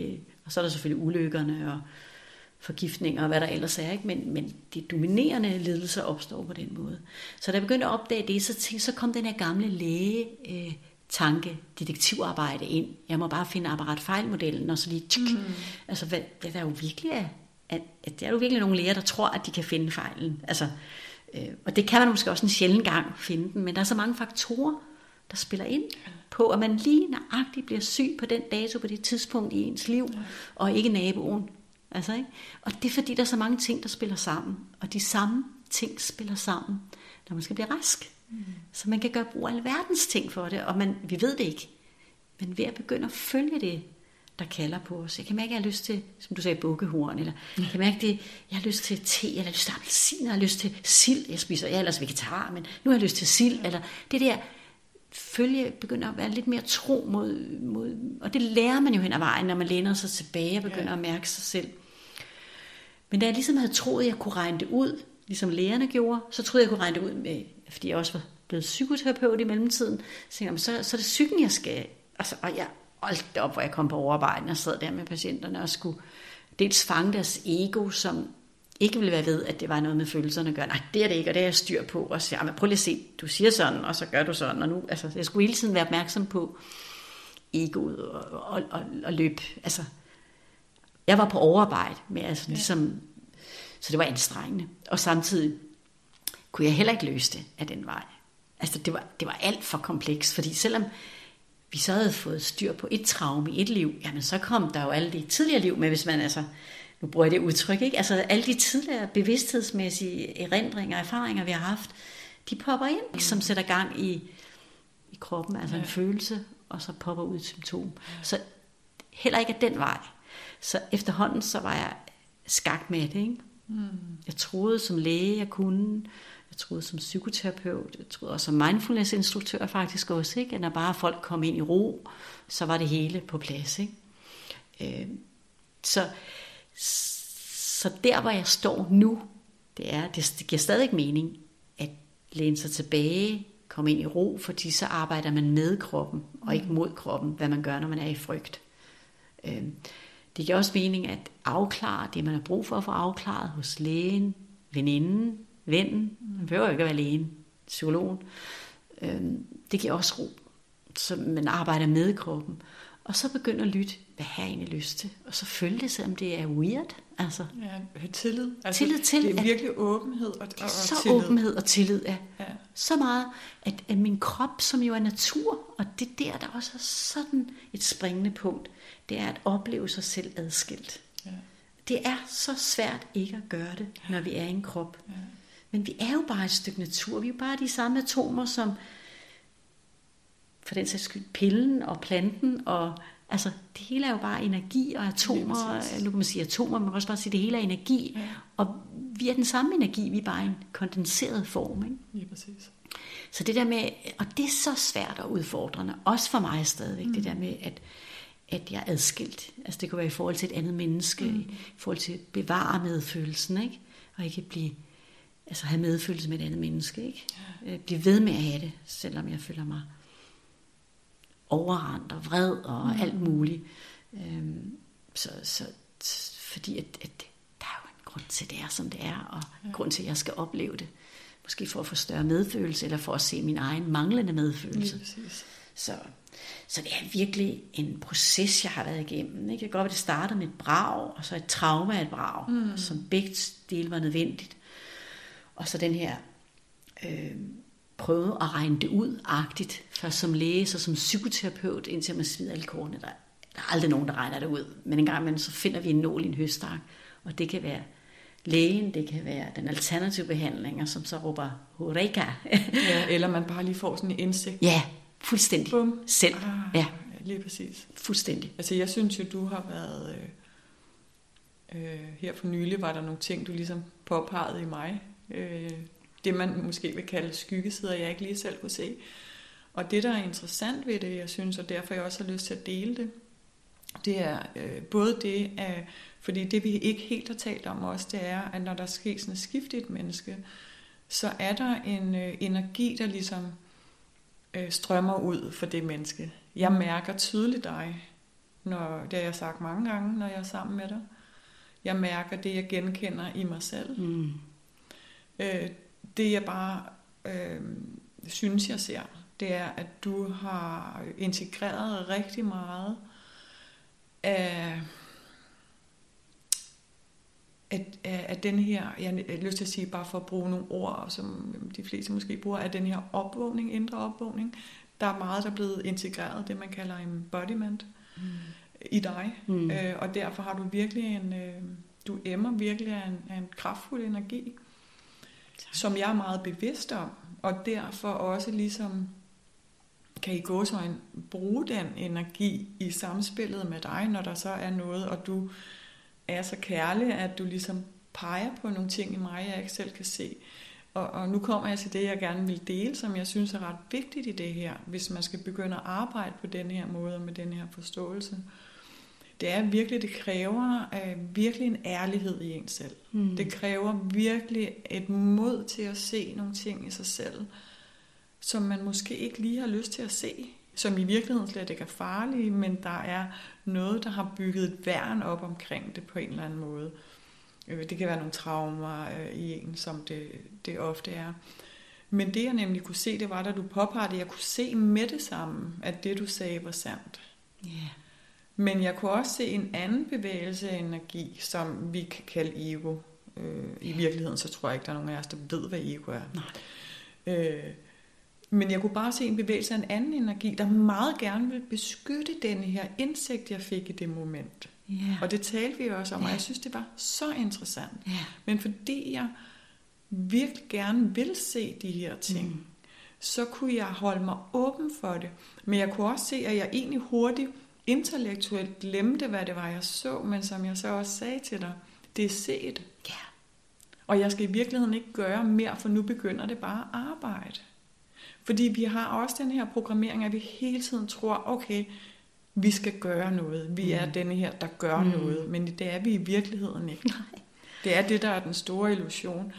Og så er der selvfølgelig ulykkerne og forgiftninger og hvad der ellers er, ikke? Men de dominerende lidelser opstår på den måde. Så da jeg begyndte at opdage det, så kom den her gamle læge tanke, detektivarbejde ind. Jeg må bare finde apparatfejlmodellen, og så lige altså, det er jo virkelig at det er jo virkelig nogle læger, der tror, at de kan finde fejlen. Altså, og det kan man måske også en sjælden gang finde den, men der er så mange faktorer, der spiller ind på, at man lige nøjagtigt bliver syg på den dato, på det tidspunkt i ens liv, og ikke naboen. Altså, ikke? Og det er fordi, der er så mange ting, der spiller sammen. Og de samme ting spiller sammen, når man skal blive rask. Så man kan gøre brug af alverdens ting for det, og vi ved det ikke. Men ved at begynde at følge det, der kalder på os. Jeg kan mærke, at jeg har lyst til, som du sagde, bukkehorn, eller jeg kan mærke det, jeg har lyst til te, jeg har lyst til appelsin, jeg har lyst til sild. Jeg er ellers vegetar, men nu har jeg lyst til sild. Eller det der begynder at være lidt mere tro mod, og det lærer man jo hen ad vejen, når man læner sig tilbage og begynder at mærke sig selv. Men da jeg ligesom havde troet, at jeg kunne regne det ud, ligesom lægerne gjorde, så troede jeg kunne regne det ud med, fordi jeg også var blevet psykoterapeut i mellemtiden, så er det psyken, jeg skal, altså, og jeg holdt op, hvor jeg kom på overarbejden og sad der med patienterne og skulle dels fange deres ego, som ikke ville være ved, at det var noget med følelserne at gøre. Nej, det er det ikke, og det er jeg styr på. Og så men prøv lige at se, du siger sådan, og så gør du sådan. Og nu, altså, jeg skulle hele tiden være opmærksom på egoet og løb. Altså, jeg var på overarbejde med, altså, ligesom, så det var anstrengende. Og samtidig kunne jeg heller ikke løse det af den vej. Altså, det var alt for kompleks, fordi selvom vi så havde fået styr på et traume i et liv, jamen så kom der jo alle de tidligere liv med, hvis man altså, nu bruger jeg det udtryk, ikke? Altså alle de tidligere bevidsthedsmæssige erindringer og erfaringer, vi har haft, de popper ind, som sætter gang i kroppen, altså en følelse, og så popper ud et symptom. Så heller ikke af den vej. Så efterhånden, så var jeg skak med det, ikke? Jeg troede som læge, jeg kunne. Jeg troede som psykoterapeut. Jeg troede også som mindfulness-instruktør faktisk også, ikke? At når bare folk kom ind i ro, så var det hele på plads, ikke? Så der, hvor jeg står nu, det giver stadig mening at læne sig tilbage, komme ind i ro, fordi så arbejder man med kroppen, og ikke mod kroppen, hvad man gør, når man er i frygt. Det giver også mening at afklare det, man har brug for at få afklaret hos lægen, veninden, vennen. Man behøver jo ikke at være lægen, psykologen. Det giver også ro, så man arbejder med kroppen. Og så begynder at lytte, hvad har jeg egentlig lyst til? Og så følge det, selvom det er weird. Altså,
ja, tillid. Altså,
tillid til,
det er virkelig åbenhed og
så
tillid.
åbenhed og tillid, ja. Så meget, at min krop, som jo er natur, og det der også er sådan et springende punkt, det er at opleve sig selv adskilt. Ja. Det er så svært ikke at gøre det, når vi er i en krop. Ja. Men vi er jo bare et stykke natur. Vi er jo bare de samme atomer, som for den sags skyld pillen og planten, og altså det hele er jo bare energi og atomer. Nu kan man sige atomer, man kan også bare sige, at det hele er energi. Ja. Og vi er den samme energi, vi er bare en kondenseret form. Ikke?
Ja, præcis.
Så det der med, og det er så svært og udfordrende, også for mig stadigvæk, det der med, at jeg er adskilt. Altså det kunne være i forhold til et andet menneske, i forhold til at bevare medfølelsen, ikke? Og ikke have medfølelse med et andet menneske, ikke? Ja. Blive ved med at have det, selvom jeg føler mig overrendt og vred og alt muligt. Fordi at der er jo en grund til, at det er, som det er, og en grund til, at jeg skal opleve det. Måske for at få større medfølelse, eller for at se min egen manglende medfølelse. Så det er virkelig en proces, jeg har været igennem. Ikke? Jeg kan godt, at det startede med et brag, og så et traume af et brag, som begge dele var nødvendigt. Og så den her prøve at regne det ud-agtigt, først som læge, så som psykoterapeut, indtil man svider alle kortene. Der er aldrig nogen, der regner det ud. Men en gang imellem, så finder vi en nål i en høstak, og det kan være lægen, det kan være den alternative behandlinger, som så råber Eureka.
Ja, eller man bare lige får sådan en indsigt.
Ja, fuldstændig.
Bum.
Selv. Ja.
Lige præcis.
Fuldstændig.
Altså jeg synes jo, du har været... her for nylig var der nogle ting, du ligesom påpegede i mig. Det man måske vil kalde skyggesider, jeg ikke lige selv kunne se. Og det, der er interessant ved det, jeg synes, og derfor jeg også har lyst til at dele det, det er både det, fordi det vi ikke helt har talt om også, det er, at når der sker sådan et skift i et menneske, så er der en energi, der ligesom strømmer ud for det menneske. Jeg mærker tydeligt dig, det har jeg sagt mange gange, når jeg er sammen med dig. Jeg mærker det, jeg genkender i mig selv. Mm. Det jeg bare synes, jeg ser, det er, at du har integreret rigtig meget af den her, jeg har lyst til at sige, bare for at bruge nogle ord, som de fleste måske bruger, af den her opvågning, indre opvågning. Der er meget, der er blevet integreret, det man kalder embodiment i dig. Og derfor har du virkelig du emmer virkelig af en kraftfuld energi, som jeg er meget bevidst om, og derfor også ligesom kan i gåseøjne bruge den energi i samspillet med dig, når der så er noget, og du er så kærlig, at du ligesom peger på nogle ting i mig, jeg ikke selv kan se. Og nu kommer jeg til det, jeg gerne vil dele, som jeg synes er ret vigtigt i det her, hvis man skal begynde at arbejde på den her måde og med den her forståelse. Det er virkelig, det kræver virkelig en ærlighed i en selv. Det kræver virkelig et mod til at se nogle ting i sig selv, som man måske ikke lige har lyst til at se, som i virkeligheden slet ikke er farlige, men der er noget, der har bygget et værn op omkring det på en eller anden måde. Det kan være nogle traumer i en, som det ofte er. Men det jeg nemlig kunne se, det var, da du påpegede, jeg kunne se med det samme, at det du sagde var sandt.
Yeah.
Men jeg kunne også se en anden bevægelse af energi, som vi kan kalde ego. I virkeligheden, så tror jeg ikke, der er nogen af os, der ved, hvad ego er. Nej. Men jeg kunne bare se en bevægelse af en anden energi, der meget gerne vil beskytte denne her indsigt, jeg fik i det moment. Yeah. Og det talte vi også om, og jeg synes, det var så interessant. Yeah. Men fordi jeg virkelig gerne vil se de her ting, så kunne jeg holde mig åben for det. Men jeg kunne også se, at jeg egentlig hurtigt intellektuelt glemte, hvad det var, jeg så, men som jeg så også sagde til dig, det er set. Yeah. Og jeg skal i virkeligheden ikke gøre mere, for nu begynder det bare at arbejde. Fordi vi har også den her programmering, at vi hele tiden tror, okay, vi skal gøre noget. Vi er denne her, der gør noget. Men det er vi i virkeligheden ikke. Nej. Det er det, der er den store illusion.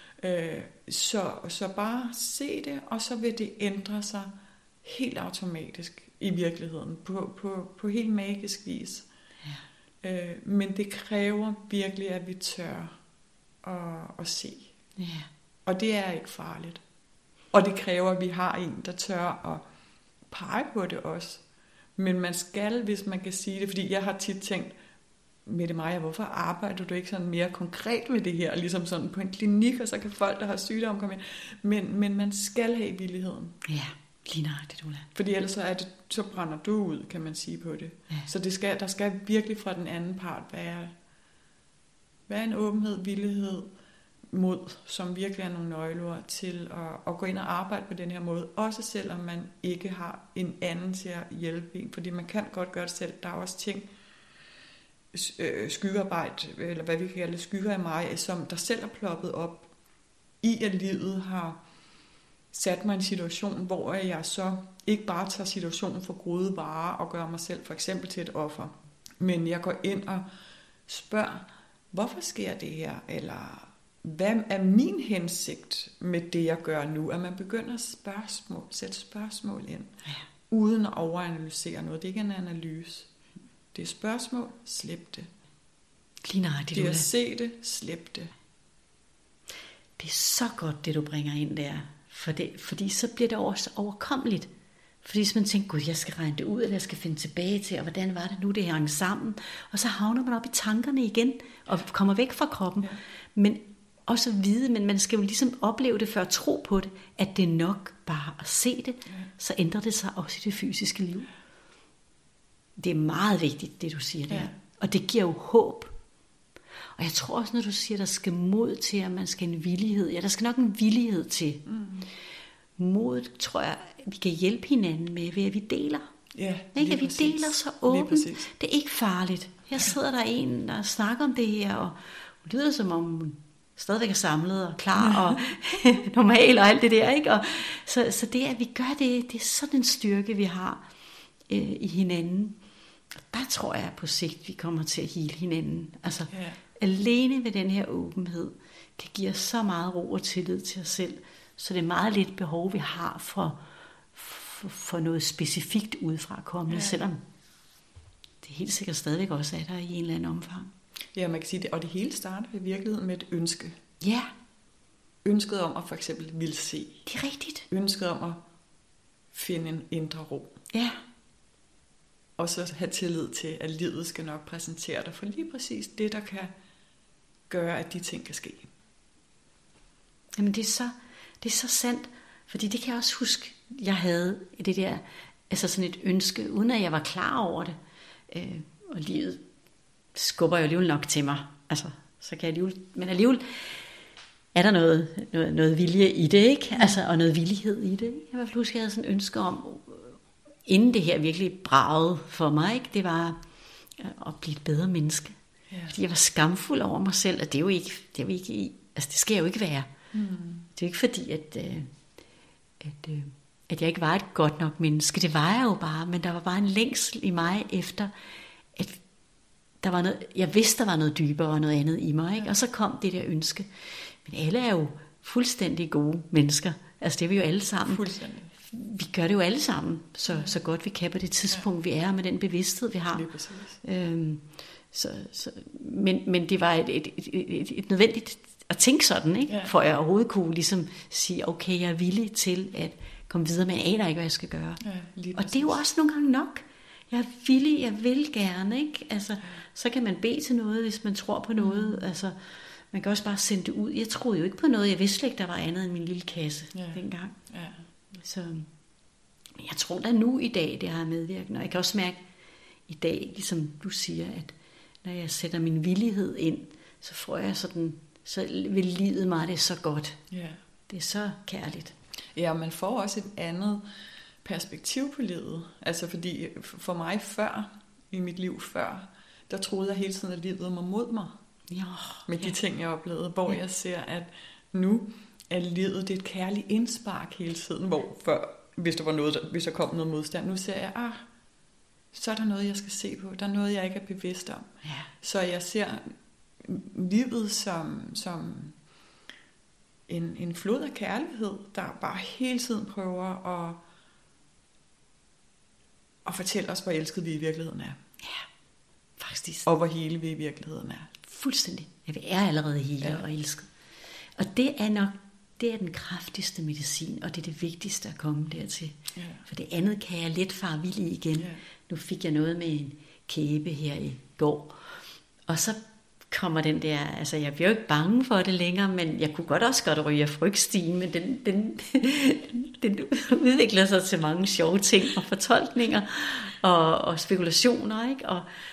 Så bare se det, og så vil det ændre sig helt automatisk i virkeligheden. På helt magisk vis. Ja. Men det kræver virkelig, at vi tør at se. Ja. Og det er ikke farligt. Og det kræver, at vi har en, der tør at pege på det også. Men man skal, hvis man kan sige det, fordi jeg har tit tænkt, Mette Maja, hvorfor arbejder du ikke sådan mere konkret med det her, ligesom sådan på en klinik, og så kan folk, der har sygdom, komme ind. Men man skal have villigheden. Ja, lige nøjagtigt, Ulla. Fordi ellers så brænder du ud, kan man sige på det. Ja. Så der skal virkelig fra den anden part være en åbenhed, villighed, mod, som virkelig er nogle nøgleord til at gå ind og arbejde på den her måde, også selvom man ikke har en anden til at hjælpe en, fordi man kan godt gøre det selv. Der er også ting, skyggearbejde, eller hvad vi kan kalde skygger i mig, som der selv er ploppet op i, at livet har sat mig i en situation, hvor jeg så ikke bare tager situationen for gode varer og gør mig selv for eksempel til et offer, men jeg går ind og spørger, hvorfor sker det her, eller hvad er min hensigt med det, jeg gør nu? At man begynder at sætte spørgsmål ind, uden at overanalysere noget. Det er ikke en analyse. Det er spørgsmål, slip det. Det er at se det, slip det.
Det er så godt, det du bringer ind der. Fordi så bliver det også overkommeligt. Fordi hvis man tænker, gud, jeg skal regne det ud, eller jeg skal finde tilbage til, og hvordan var det nu, det hang sammen. Og så havner man op i tankerne igen, og kommer væk fra kroppen. Ja. Men også at vide, men man skal jo ligesom opleve det før at tro på det, at det er nok bare at se det, så ændrer det sig også i det fysiske liv. Det er meget vigtigt, det du siger der. Og det giver jo håb. Og jeg tror også, når du siger, der skal mod til, at man skal en villighed. Ja, der skal nok en villighed til. Modet, tror jeg, vi kan hjælpe hinanden med, ved at vi deler.
Ja,
ikke? At vi deler så åbent. Det er ikke farligt. Her sidder der en, der snakker om det her, og hun lyder som om hun stadigvæk er samlet og klar og normal og alt det der. Ikke? Og så det, at vi gør det er sådan en styrke, vi har i hinanden. Og der tror jeg på sigt, vi kommer til at hele hinanden. Altså alene ved den her åbenhed, kan give os så meget ro og tillid til os selv, så det er meget lidt behov, vi har for noget specifikt udefra kommende, selvom det helt sikkert stadigvæk også er der i en eller anden omfang.
Ja, man kan sige det, og det hele starter i virkeligheden med et ønske.
Ja.
Ønsket om at for eksempel ville se.
Det er rigtigt.
Ønsket om at finde en indre ro.
Ja.
Og så have tillid til, at livet skal nok præsentere dig for lige præcis det, der kan gøre, at de ting kan ske.
Jamen det er så sandt, fordi det kan jeg også huske, jeg havde det der, altså sådan et ønske, uden at jeg var klar over det. Og livet skubber jo alligevel nok til mig. Altså, så kan jeg alligevel, men alligevel er der noget vilje i det, ikke? Altså, og noget villighed i det. Jeg var huske, jeg havde sådan et ønske om, inden det her virkelig bragede for mig, ikke? Det var at blive et bedre menneske. Ja. Fordi jeg var skamfuld over mig selv, og det er jo ikke altså det skal jeg jo ikke være. Det er jo ikke fordi, at jeg ikke var et godt nok menneske. Det var jeg jo bare, men der var bare en længsel i mig efter, at der var noget, jeg vidste, der var noget dybere og noget andet i mig, ikke? Og så kom det der ønske. Men alle er jo fuldstændig gode mennesker. Altså det er vi jo alle sammen.
Fuldstændig.
Vi gør det jo alle sammen, så godt vi kan på det tidspunkt, vi er, med den bevidsthed, vi har. Men det var et nødvendigt at tænke sådan, ikke? For at jeg overhovedet kunne ligesom sige, okay, jeg er villig til at komme videre, men jeg aner ikke, hvad jeg skal gøre. Og det er jo også nogle gange nok. Jeg er villig, jeg vil gerne, ikke? Altså, så kan man bede til noget, hvis man tror på noget. Altså, man kan også bare sende det ud. Jeg troede jo ikke på noget. Jeg vidste slet ikke, der var andet end min lille kasse dengang. Så jeg tror da nu i dag, det har medvirkende. Og jeg kan også mærke i dag, ligesom du siger, at når jeg sætter min villighed ind, så får jeg sådan, så vil livet mig det så godt. Det er så kærligt.
Ja, man får også et andet perspektiv på livet. Altså fordi for mig før, i mit liv før, der troede jeg hele tiden, at livet var mod mig. Med de ting, jeg oplevede. Hvor jeg ser, at nu er livet, det er et kærligt indspark hele tiden. Hvor før, hvis der kom noget modstand, nu ser jeg, så er der noget, jeg skal se på. Der er noget, jeg ikke er bevidst om. Så jeg ser livet som en flod af kærlighed, der bare hele tiden prøver at fortælle os, hvor elsket vi i virkeligheden er.
Faktisk.
Og hvor hele vi i virkeligheden er.
Fuldstændig. Ja, vi er allerede hele og elsket. Og det er den kraftigste medicin, og det er det vigtigste at komme dertil. For det andet kan jeg let fare vild i igen. Nu fik jeg noget med en kæbe her i går, og så kommer den der, altså jeg bliver jo ikke bange for det længere, men jeg kunne godt ryge af frygtstigen, men den udvikler sig til mange sjove ting og fortolkninger og spekulationer, ikke?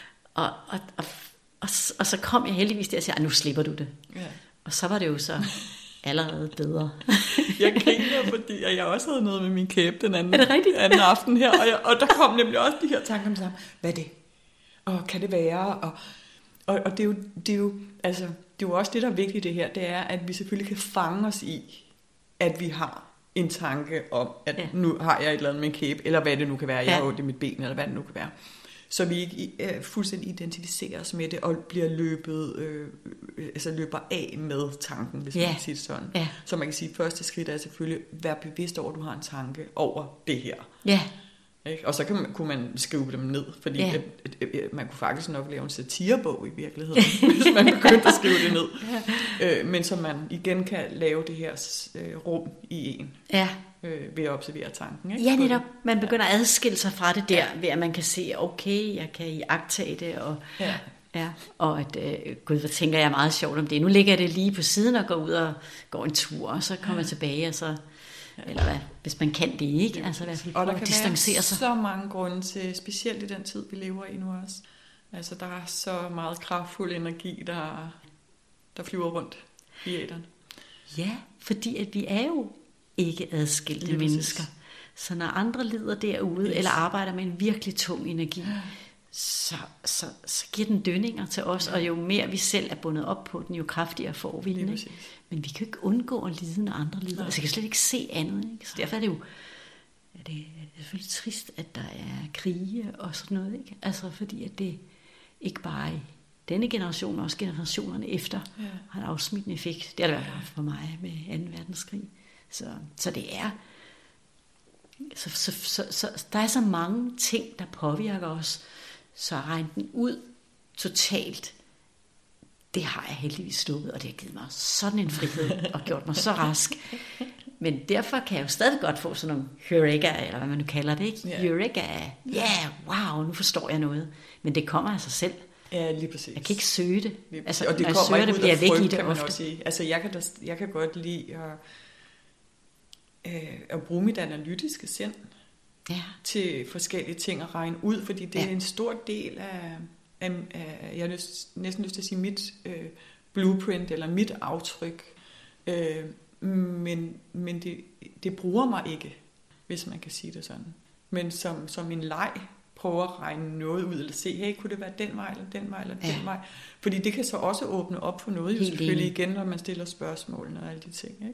Og så kom jeg heldigvis der og sagde, nu slipper du det. Og så var det jo så allerede bedre.
Jeg griner, fordi jeg også havde noget med min kæbe den anden aften her, og der kom nemlig også de her tanker om sammen. Hvad er det? Og kan det være? Og det er jo også det, der er vigtigt i det her, det er, at vi selvfølgelig kan fange os i, at vi har en tanke om, at nu har jeg et eller andet med en kæbe, eller hvad det nu kan være, jeg har ondt i mit ben, eller hvad det nu kan være. Så vi ikke fuldstændig identificerer os med det, og bliver løber af med tanken, hvis man kan sige det sådan. Så man kan sige, at første skridt er selvfølgelig, at være bevidst over, at du har en tanke over det her. Ikke? Og så kunne man skrive dem ned, fordi man kunne faktisk nok lave en satirebog i virkeligheden, hvis man begyndte at skrive det ned. Men så man igen kan lave det her rum i en. Ved at observere tanken. Ikke?
Ja, netop. Man begynder at adskille sig fra det der, ved at man kan se, okay, jeg kan iagttage det, og Ja, og at, gud, hvad tænker jeg meget sjovt om det. Nu ligger det lige på siden og går ud og går en tur, og så kommer jeg tilbage, og så, eller hvad, hvis man kan det, ikke? Altså i hvert fald
og der
at
kan
distancere
være
sig.
så mange grunde til, specielt i den tid, vi lever i nu også. Altså der er så meget kraftfuld energi, der flyver rundt i æteren.
Ja, fordi at vi er jo ikke adskilte mennesker. Så når andre lider derude, eller arbejder med en virkelig tung energi, så giver den dønninger til os, og jo mere vi selv er bundet op på den, jo kraftigere får vi den. Men vi kan jo ikke undgå at lide, når andre lider. Altså jeg kan slet ikke se andet. Ikke? Så derfor er det jo det er selvfølgelig trist, at der er krige og sådan noget. Ikke? Altså fordi at det ikke bare i denne generation, men også generationerne efter, har en afsmittende effekt. Det har det været for mig med 2. verdenskrig. Så det er... Så der er så mange ting, der påvirker os, så at regne den ud totalt, det har jeg heldigvis sluppet, og det har givet mig sådan en frihed, og gjort mig så rask. Men derfor kan jeg jo stadig godt få sådan nogle eureka, eller hvad man nu kalder det, ikke? Eureka, wow, nu forstår jeg noget. Men det kommer af sig selv.
Ja, lige præcis.
Jeg kan ikke søge det.
Altså, og det kommer ikke ud af frygt, kan man også sige. Altså, jeg kan godt lide at bruge mit analytiske sind til forskellige ting at regne ud, fordi det er en stor del af jeg har næsten lyst til at sige mit blueprint, eller mit aftryk. Men det bruger mig ikke, hvis man kan sige det sådan. Men som en leg prøver at regne noget ud, eller se, hey, kunne det være den vej, eller den vej, eller den vej? Fordi det kan så også åbne op for noget, jo selvfølgelig igen, når man stiller spørgsmål og alle de ting, ikke?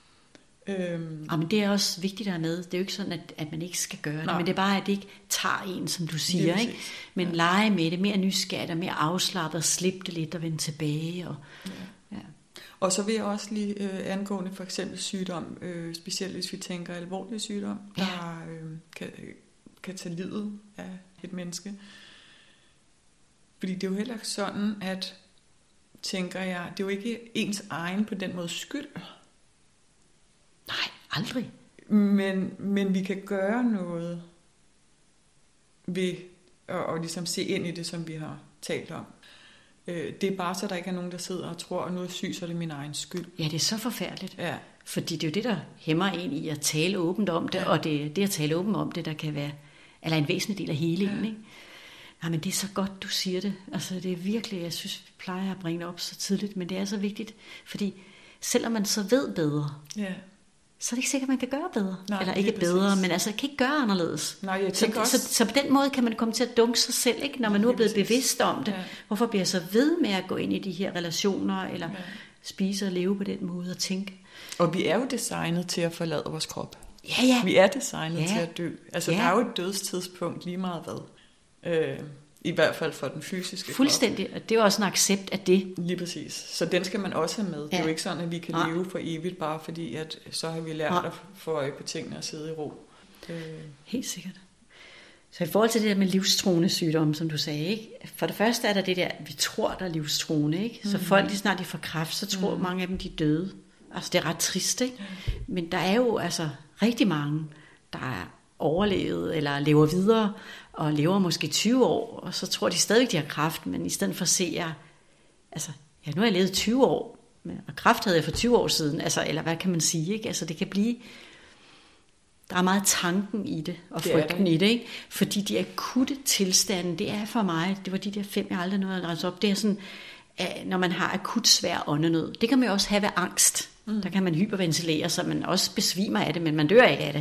Men det er også vigtigt dernede. Det er jo ikke sådan, at man ikke skal gøre det, men det er bare, at det ikke tager en, som du siger, ikke? Men lege med det, mere nysgerrigt og mere afslappet, og slippe det lidt og vende tilbage.
Og så vil jeg også lige angående for eksempel sygdom, specielt hvis vi tænker alvorlig sygdom, der kan tage livet af et menneske. Fordi det er jo heller ikke sådan, at, tænker jeg, det er jo ikke ens egen på den måde skyld.
Nej, aldrig.
Men vi kan gøre noget ved at ligesom se ind i det, som vi har talt om. Det er bare så, der ikke er nogen, der sidder og tror, at nu er syg, så er det min egen skyld.
Ja, det er så forfærdeligt.
Ja.
Fordi det er jo det, der hæmmer en i at tale åbent om det, og det at tale åbent om det, der kan være, eller en væsentlig del af helingen, ikke? Nej, men det er så godt, du siger det. Altså, det er virkelig, jeg synes, vi plejer at bringe det op så tidligt, men det er så vigtigt, fordi selvom man så ved bedre, så er det ikke sikkert, at man kan gøre bedre. Nej, eller ikke bedre, men altså, kan ikke gøre anderledes.
Nej, jeg tænker også...
så på den måde kan man komme til at dunke sig selv, ikke? Når man nu er blevet bevidst om det. Hvorfor bliver jeg så ved med at gå ind i de her relationer, eller spise og leve på den måde og tænke?
Og vi er jo designet til at forlade vores krop.
Ja.
Vi er designet til at dø. Altså, der er jo et dødstidspunkt lige meget hvad. I hvert fald for den fysiske krop.
Fuldstændig, og det er jo også en accept af det.
Lige præcis. Så den skal man også have med. Det er jo ikke sådan, at vi kan leve for evigt, bare fordi, at så har vi lært at få øje på tingene og sidde i ro.
Helt sikkert. Så i forhold til det der med livstruende sygdomme, som du sagde, ikke? For det første er der det der, vi tror, der er livstruende, ikke? Så folk, lige snart de får kræft, så tror mange af dem, de er døde. Altså det er ret trist, ikke? Men der er jo altså rigtig mange, der er overlevet eller lever videre og lever måske 20 år, og så tror de stadigvæk, de har kræft, men i stedet for at se, nu har jeg levet 20 år, og kræft havde jeg for 20 år siden, altså, eller hvad kan man sige, ikke? Altså det kan blive, der er meget tanken i det, og frygten i det, ikke? Fordi de akutte tilstande, det er for mig, det var de der 5, jeg aldrig nåede at rense op, det er sådan, når man har akut svær åndenød, det kan man jo også have ved angst, der kan man hyperventilere, så man også besvimer af det, men man dør ikke af det,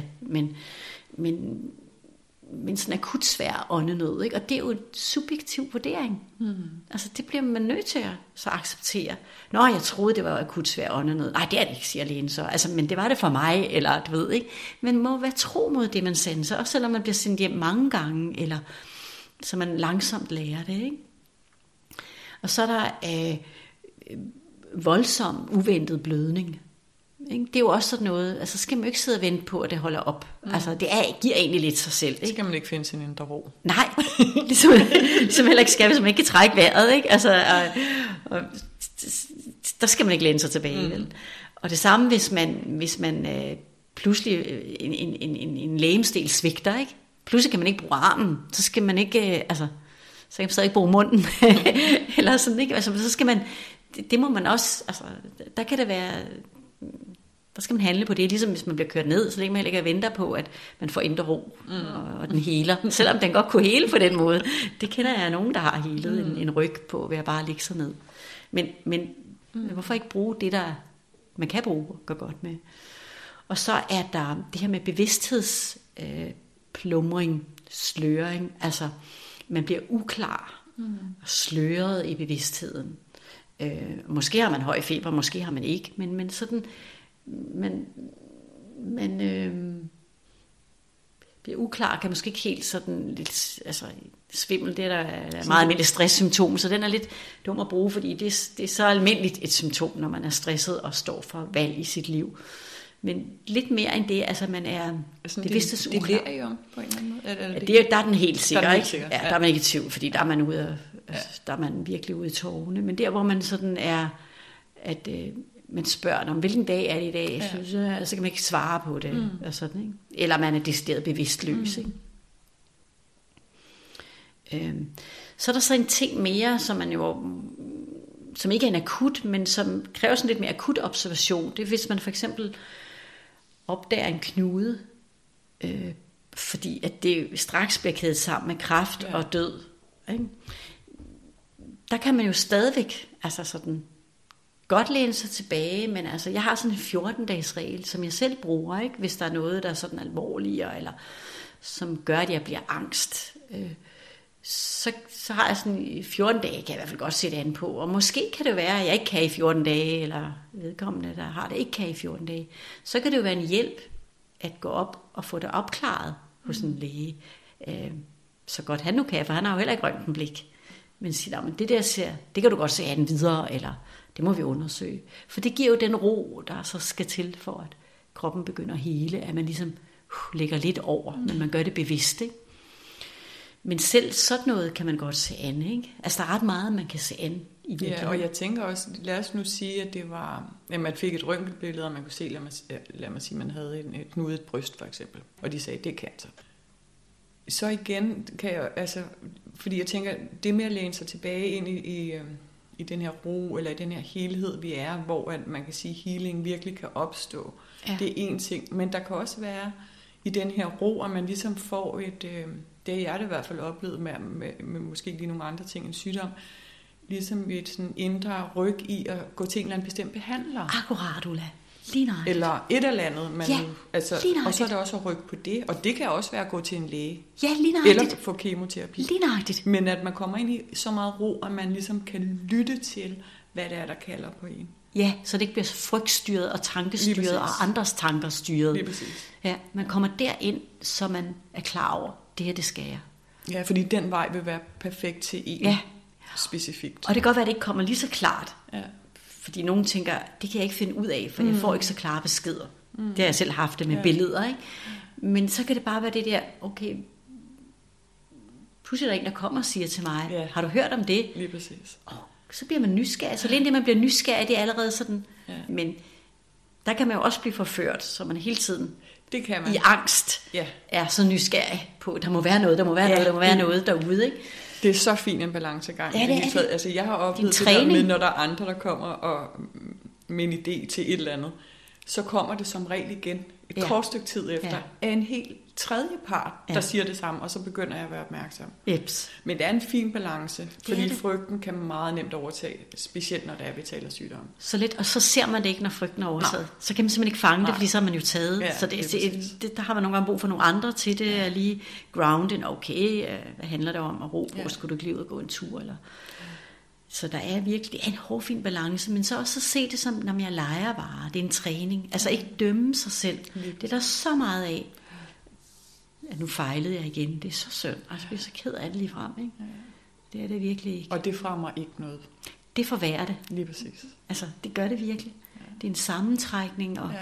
men sådan akut svær åndenød, ikke? Og det er jo en subjektiv vurdering. Altså det bliver man nødt til at så acceptere. Nå, jeg troede, det var akut svær åndenød. Nej, det er det ikke, siger lægen så. Altså, men det var det for mig, eller du ved, ikke? Men må være tro mod det, man sender, også selvom man bliver sendt hjem mange gange, eller så man langsomt lærer det, ikke? Og så er der voldsom, uventet blødning. Det er jo også sådan noget, altså skal man jo ikke sidde og vente på, at det holder op. Altså det giver egentlig lidt sig selv. Ikke?
Så skal man ikke finde sin indre ro.
Nej, ligesom heller ikke skal, hvis man ikke kan trække vejret. Ikke? Altså, og der skal man ikke læne sig tilbage. Vel? Og det samme, hvis man pludselig en legemsdel svigter. Ikke? Pludselig kan man ikke bruge armen. Så skal man ikke, så kan man stadig ikke bruge munden. Eller sådan, ikke? Altså, så skal man, det må man også, altså, der kan det være, der skal man handle på det, ligesom hvis man bliver kørt ned, så længe man heller ikke venter på, at man får indre ro, og den heler. Selvom den godt kunne hele på den måde. Det kender jeg nogen, der har helet en ryg på, ved at bare ligge sig ned. Men hvorfor ikke bruge det, der man kan bruge og gøre godt med? Og så er der det her med bevidsthedsplumring, sløring. Altså, man bliver uklar og sløret i bevidstheden. Måske har man høj feber, måske har man ikke, men sådan, man bliver uklar, kan måske ikke helt sådan lidt, altså svimmel, det er der meget almindeligt stresssymptom, så den er lidt dum at bruge, fordi det er så almindeligt et symptom, når man er stresset og står for valg i sit liv. Men lidt mere end det, altså man er bevidsthedsuklar.
Det lærer I om på en eller anden måde?
Der er den helt sikker, ikke? Ja, der er man ikke i tvivl, fordi der er man ude der er man virkelig ude i tårerne. Men der, hvor man sådan er, at man spørger om, hvilken dag er det i dag, så kan man ikke svare på det. Og sådan, ikke? Eller man er decideret bevidstløs. Ikke? Så er der så en ting mere, som ikke er en akut, men som kræver sådan lidt mere akut observation. Det er, hvis man for eksempel opdager en knude, fordi at det straks bliver kædet sammen med kræft og død. Ikke? Der kan man jo stadigvæk altså sådan godt læne sig tilbage, men altså jeg har sådan en 14-dages regel, som jeg selv bruger, ikke? Hvis der er noget, der er sådan alvorligere, eller som gør, at jeg bliver angst. Så har jeg sådan i 14 dage, kan jeg i hvert fald godt sætte an på. Og måske kan det være, at jeg ikke kan i 14 dage, eller vedkommende, der har det, ikke kan i 14 dage. Så kan det jo være en hjælp at gå op og få det opklaret hos en læge. Så godt han nu kan, for han har jo heller ikke røntgenblik. Men siger, men det der ser, det kan du godt se an videre, eller det må vi undersøge. For det giver jo den ro, der så skal til for, at kroppen begynder at hele, at man ligesom lægger lidt over, men man gør det bevidst, ikke? Men selv sådan noget kan man godt se an, ikke? Altså der er ret meget, man kan se an i virkeligheden.
Ja, og jeg tænker også, lad os nu sige, at det var, at man fik et røntgenbillede, og man kunne se, lad mig sige, man havde et knudet bryst for eksempel, og de sagde, det er cancer. Så igen kan jeg, altså, fordi jeg tænker, det med at læne sig tilbage ind i den her ro, eller i den her helhed, vi er, hvor at man kan sige, at healing virkelig kan opstå. Ja. Det er en ting, men der kan også være i den her ro, at man ligesom får det har jeg det i hvert fald oplevet med måske lige nogle andre ting end sygdom, ligesom et sådan indre ryg i at gå til en eller anden bestemt behandler.
Akkurat, Ulla. Lige nøjagtigt.
Eller et eller andet. Man,
ja,
altså, og så er det også at rykke på det. Og det kan også være at gå til en læge.
Ja, lige nøjagtigt.
Eller få kemoterapi.
Lige nøjagtigt.
Men at man kommer ind i så meget ro, at man ligesom kan lytte til, hvad det er, der kalder på en.
Ja, så det ikke bliver frygtstyret og tankestyret og andres tanker styret.
Lige præcis.
Ja, man kommer derind, så man er klar over, det her, det skal jeg.
Ja, fordi den vej vil være perfekt til en specifikt.
Og det kan godt være, at det ikke kommer lige så klart.
Ja.
Fordi nogen tænker, det kan jeg ikke finde ud af, for jeg får ikke så klare beskeder. Det har jeg selv haft det med billeder, ikke? Men så kan det bare være det der, okay, pludselig er der en, der kommer og siger til mig, har du hørt om det?
Lige præcis.
Så bliver man nysgerrig. Så alene det, man bliver nysgerrig, det er allerede sådan. Ja. Men der kan man jo også blive forført, så man hele tiden
det kan man.
I angst er så nysgerrig på, der må være noget, der må være noget derude, ikke?
Det er så fin en balancegang.
Ja, det er det.
Altså, jeg har oplevet det der med, når der er andre, der kommer og med en idé til et eller andet, så kommer det som regel igen et kort stykke tid efter af en helt tredje part, der siger det samme, og så begynder jeg at være opmærksom.
Jeps.
Men det er en fin balance, fordi frygten kan meget nemt overtage, specielt når det er, vi taler sygdom.
Så lidt, og så ser man det ikke, når frygten er overtaget. Så kan man simpelthen ikke fange det, fordi så er man jo taget.
Ja,
så der har man nogle gange brug for nogle andre til det, er lige grounding, okay, hvad handler det om at ro på, skulle du ikke lige ud og gå en tur, eller... Så der er virkelig en hårfin balance, men så også se det som, når jeg leger bare. Det er en træning. Altså ikke dømme sig selv. Det er der så meget af. Ja, nu fejlede jeg igen. Det er så synd. Altså, jeg bliver så ked af det lige frem. Ikke? Det er det virkelig ikke.
Og det fremmer ikke noget.
Det forværrer det.
Lige præcis.
Altså, det gør det virkelig. Det er en sammentrækning, og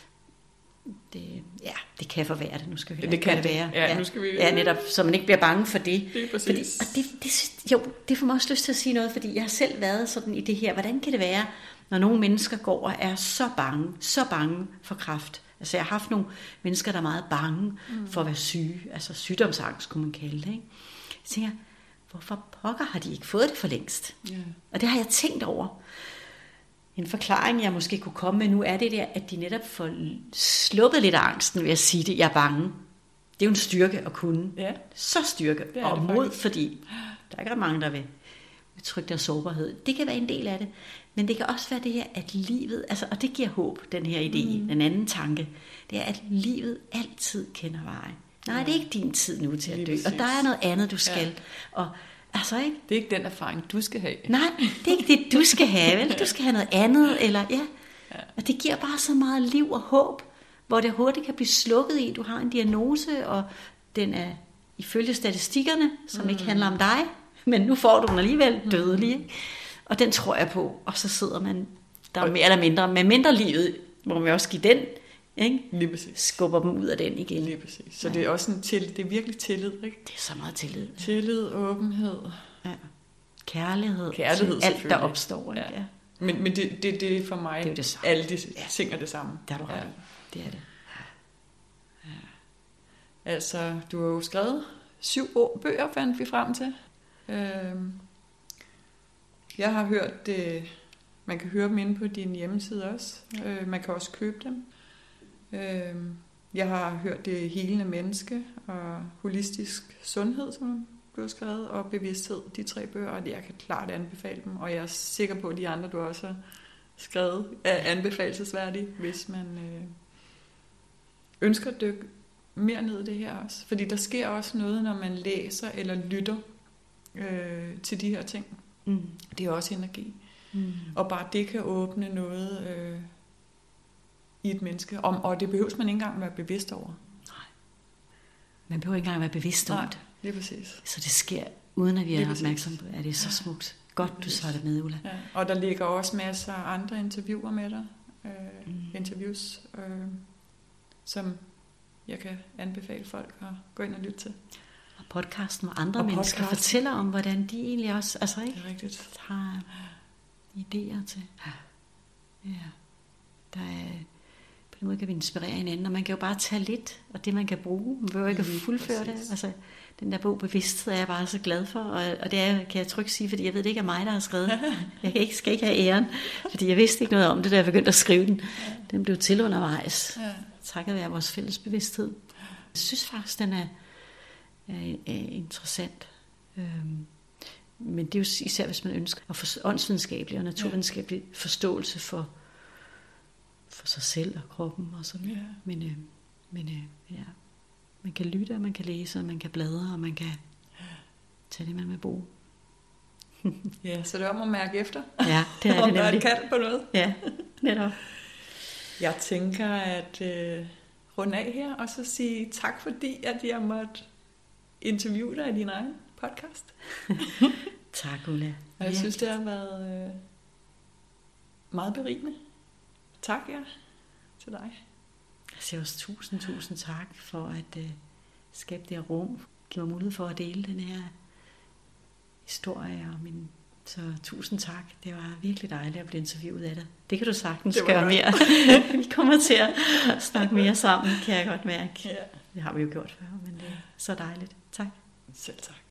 det kan forværre det. Nu skal vi
det kan det
være.
Ja, nu skal vi...
Ja, netop, så man ikke bliver bange for det.
Det er præcis.
Fordi, det får mig også lyst til at sige noget, fordi jeg har selv været sådan i det her. Hvordan kan det være, når nogle mennesker går og er så bange for kræft? Altså jeg har haft nogle mennesker, der er meget bange for at være syge. Altså sygdomsangst, kunne man kalde det. Ikke? Jeg tænker, hvorfor pokker har de ikke fået det for længst?
Ja.
Og det har jeg tænkt over. En forklaring, jeg måske kunne komme med nu, er det der, at de netop får sluppet lidt af angsten ved at sige det. Jeg er bange. Det er jo en styrke at kunne.
Ja.
Så styrke
Det er
og
det
mod,
faktisk.
fordi der er ikke ret mange, der vil trykke deres sårbarhed. Det kan være en del af det. Men det kan også være det her, at livet, altså, og det giver håb, den her idé, den anden tanke, det er, at livet altid kender vej. Nej, det er ikke din tid nu til at
Lige
dø,
præcis.
og der er noget andet, du skal. Og altså ikke,
Det er ikke den erfaring, du skal have.
nej, det er ikke det, du skal have, vel? Du skal have noget andet, eller ja. Og det giver bare så meget liv og håb, hvor det hurtigt kan blive slukket i. Du har en diagnose, og den er ifølge statistikkerne, som ikke handler om dig, men nu får du den alligevel dødelig, ikke? Og den tror jeg på, og så sidder man der mere eller mindre, med mindre livet, må man også give den, ikke?
Lige præcis.
Skubber dem ud af den igen.
Lige præcis. Så det er også en det er virkelig tillid, ikke?
Det er så meget tillid.
Tillid, åbenhed.
Ja. Kærlighed til alt, der
selvfølgelig.
opstår. Ikke?
Ja. Men det er for mig,
Det er jo det samme.
alle de ting er det samme.
Det har du ret i. Det er det.
Altså, du har jo skrevet 7 bøger, fandt vi frem til. Jeg har hørt det, man kan høre dem inde på din hjemmeside også. Man kan også købe dem. Jeg har hørt det helende menneske og holistisk sundhed, som du har skrevet, og bevidsthed, de 3 bøger, og jeg kan klart anbefale dem, og jeg er sikker på, at de andre, du også har skrevet, er anbefalelsesværdige, hvis man ønsker at dykke mere ned i det her også. Fordi der sker også noget, når man læser eller lytter til de her ting. Det er også energi. Og bare det kan åbne noget i et menneske. Og det behøves man ikke engang være bevidst over.
Nej. Man behøver ikke engang være bevidst om
Nej,
det.
lige præcis.
Så det sker, uden at vi er
Lige præcis.
opmærksom på det. Det er så smukt. Godt, du så det med, Ulla.
Ja. Og der ligger også masser af andre interviewer med dig. Interviews, som jeg kan anbefale folk at gå ind og lytte til.
Og podcasten, hvor andre
Og
mennesker
podcasten.
fortæller om, hvordan de egentlig også, altså ikke,
Det er rigtigt.
har idéer til. Ja. Der er, på den måde kan vi inspirere hinanden, og man kan jo bare tage lidt, og det man kan bruge, man behøver ikke at
Lige
fuldføre
præcis.
det. Altså, den der bog Bevidsthed er jeg bare så glad for, og det er, kan jeg trygt sige, fordi jeg ved, det ikke er mig, der har skrevet den. Jeg skal ikke have æren, fordi jeg vidste ikke noget om det, da jeg begyndte at skrive den. Den blev til undervejs, takket være vores fælles bevidsthed. Jeg synes faktisk, den er interessant. Men det er jo især, hvis man ønsker at få åndsvidenskabelig og naturvidenskabelig forståelse for sig selv og kroppen og sådan.
Ja.
Men ja, man kan lytte, og man kan læse, og man kan bladre, og man kan tage det, man vil bruge.
Ja, så det er om at mærke efter.
Ja, det er
om
det
der er
nemlig.
et kald på noget.
Ja, netop.
Jeg tænker at runde af her, og så sige tak, fordi at jeg måtte interviewe dig i din egen podcast.
Tak, Ulla.
Og jeg synes, det har været meget berigende. Tak, til dig.
Jeg siger også tusind tak for at skabe det her rum. Give mig mulighed for at dele den her historie. Så tusind tak. Det var virkelig dejligt at blive interviewet af dig. Det kan du sagtens gøre
godt.
mere. Vi kommer til at snakke mere sammen, kan jeg godt mærke.
Ja.
Det har vi jo gjort før, men det er så dejligt. Tak.
Selv tak.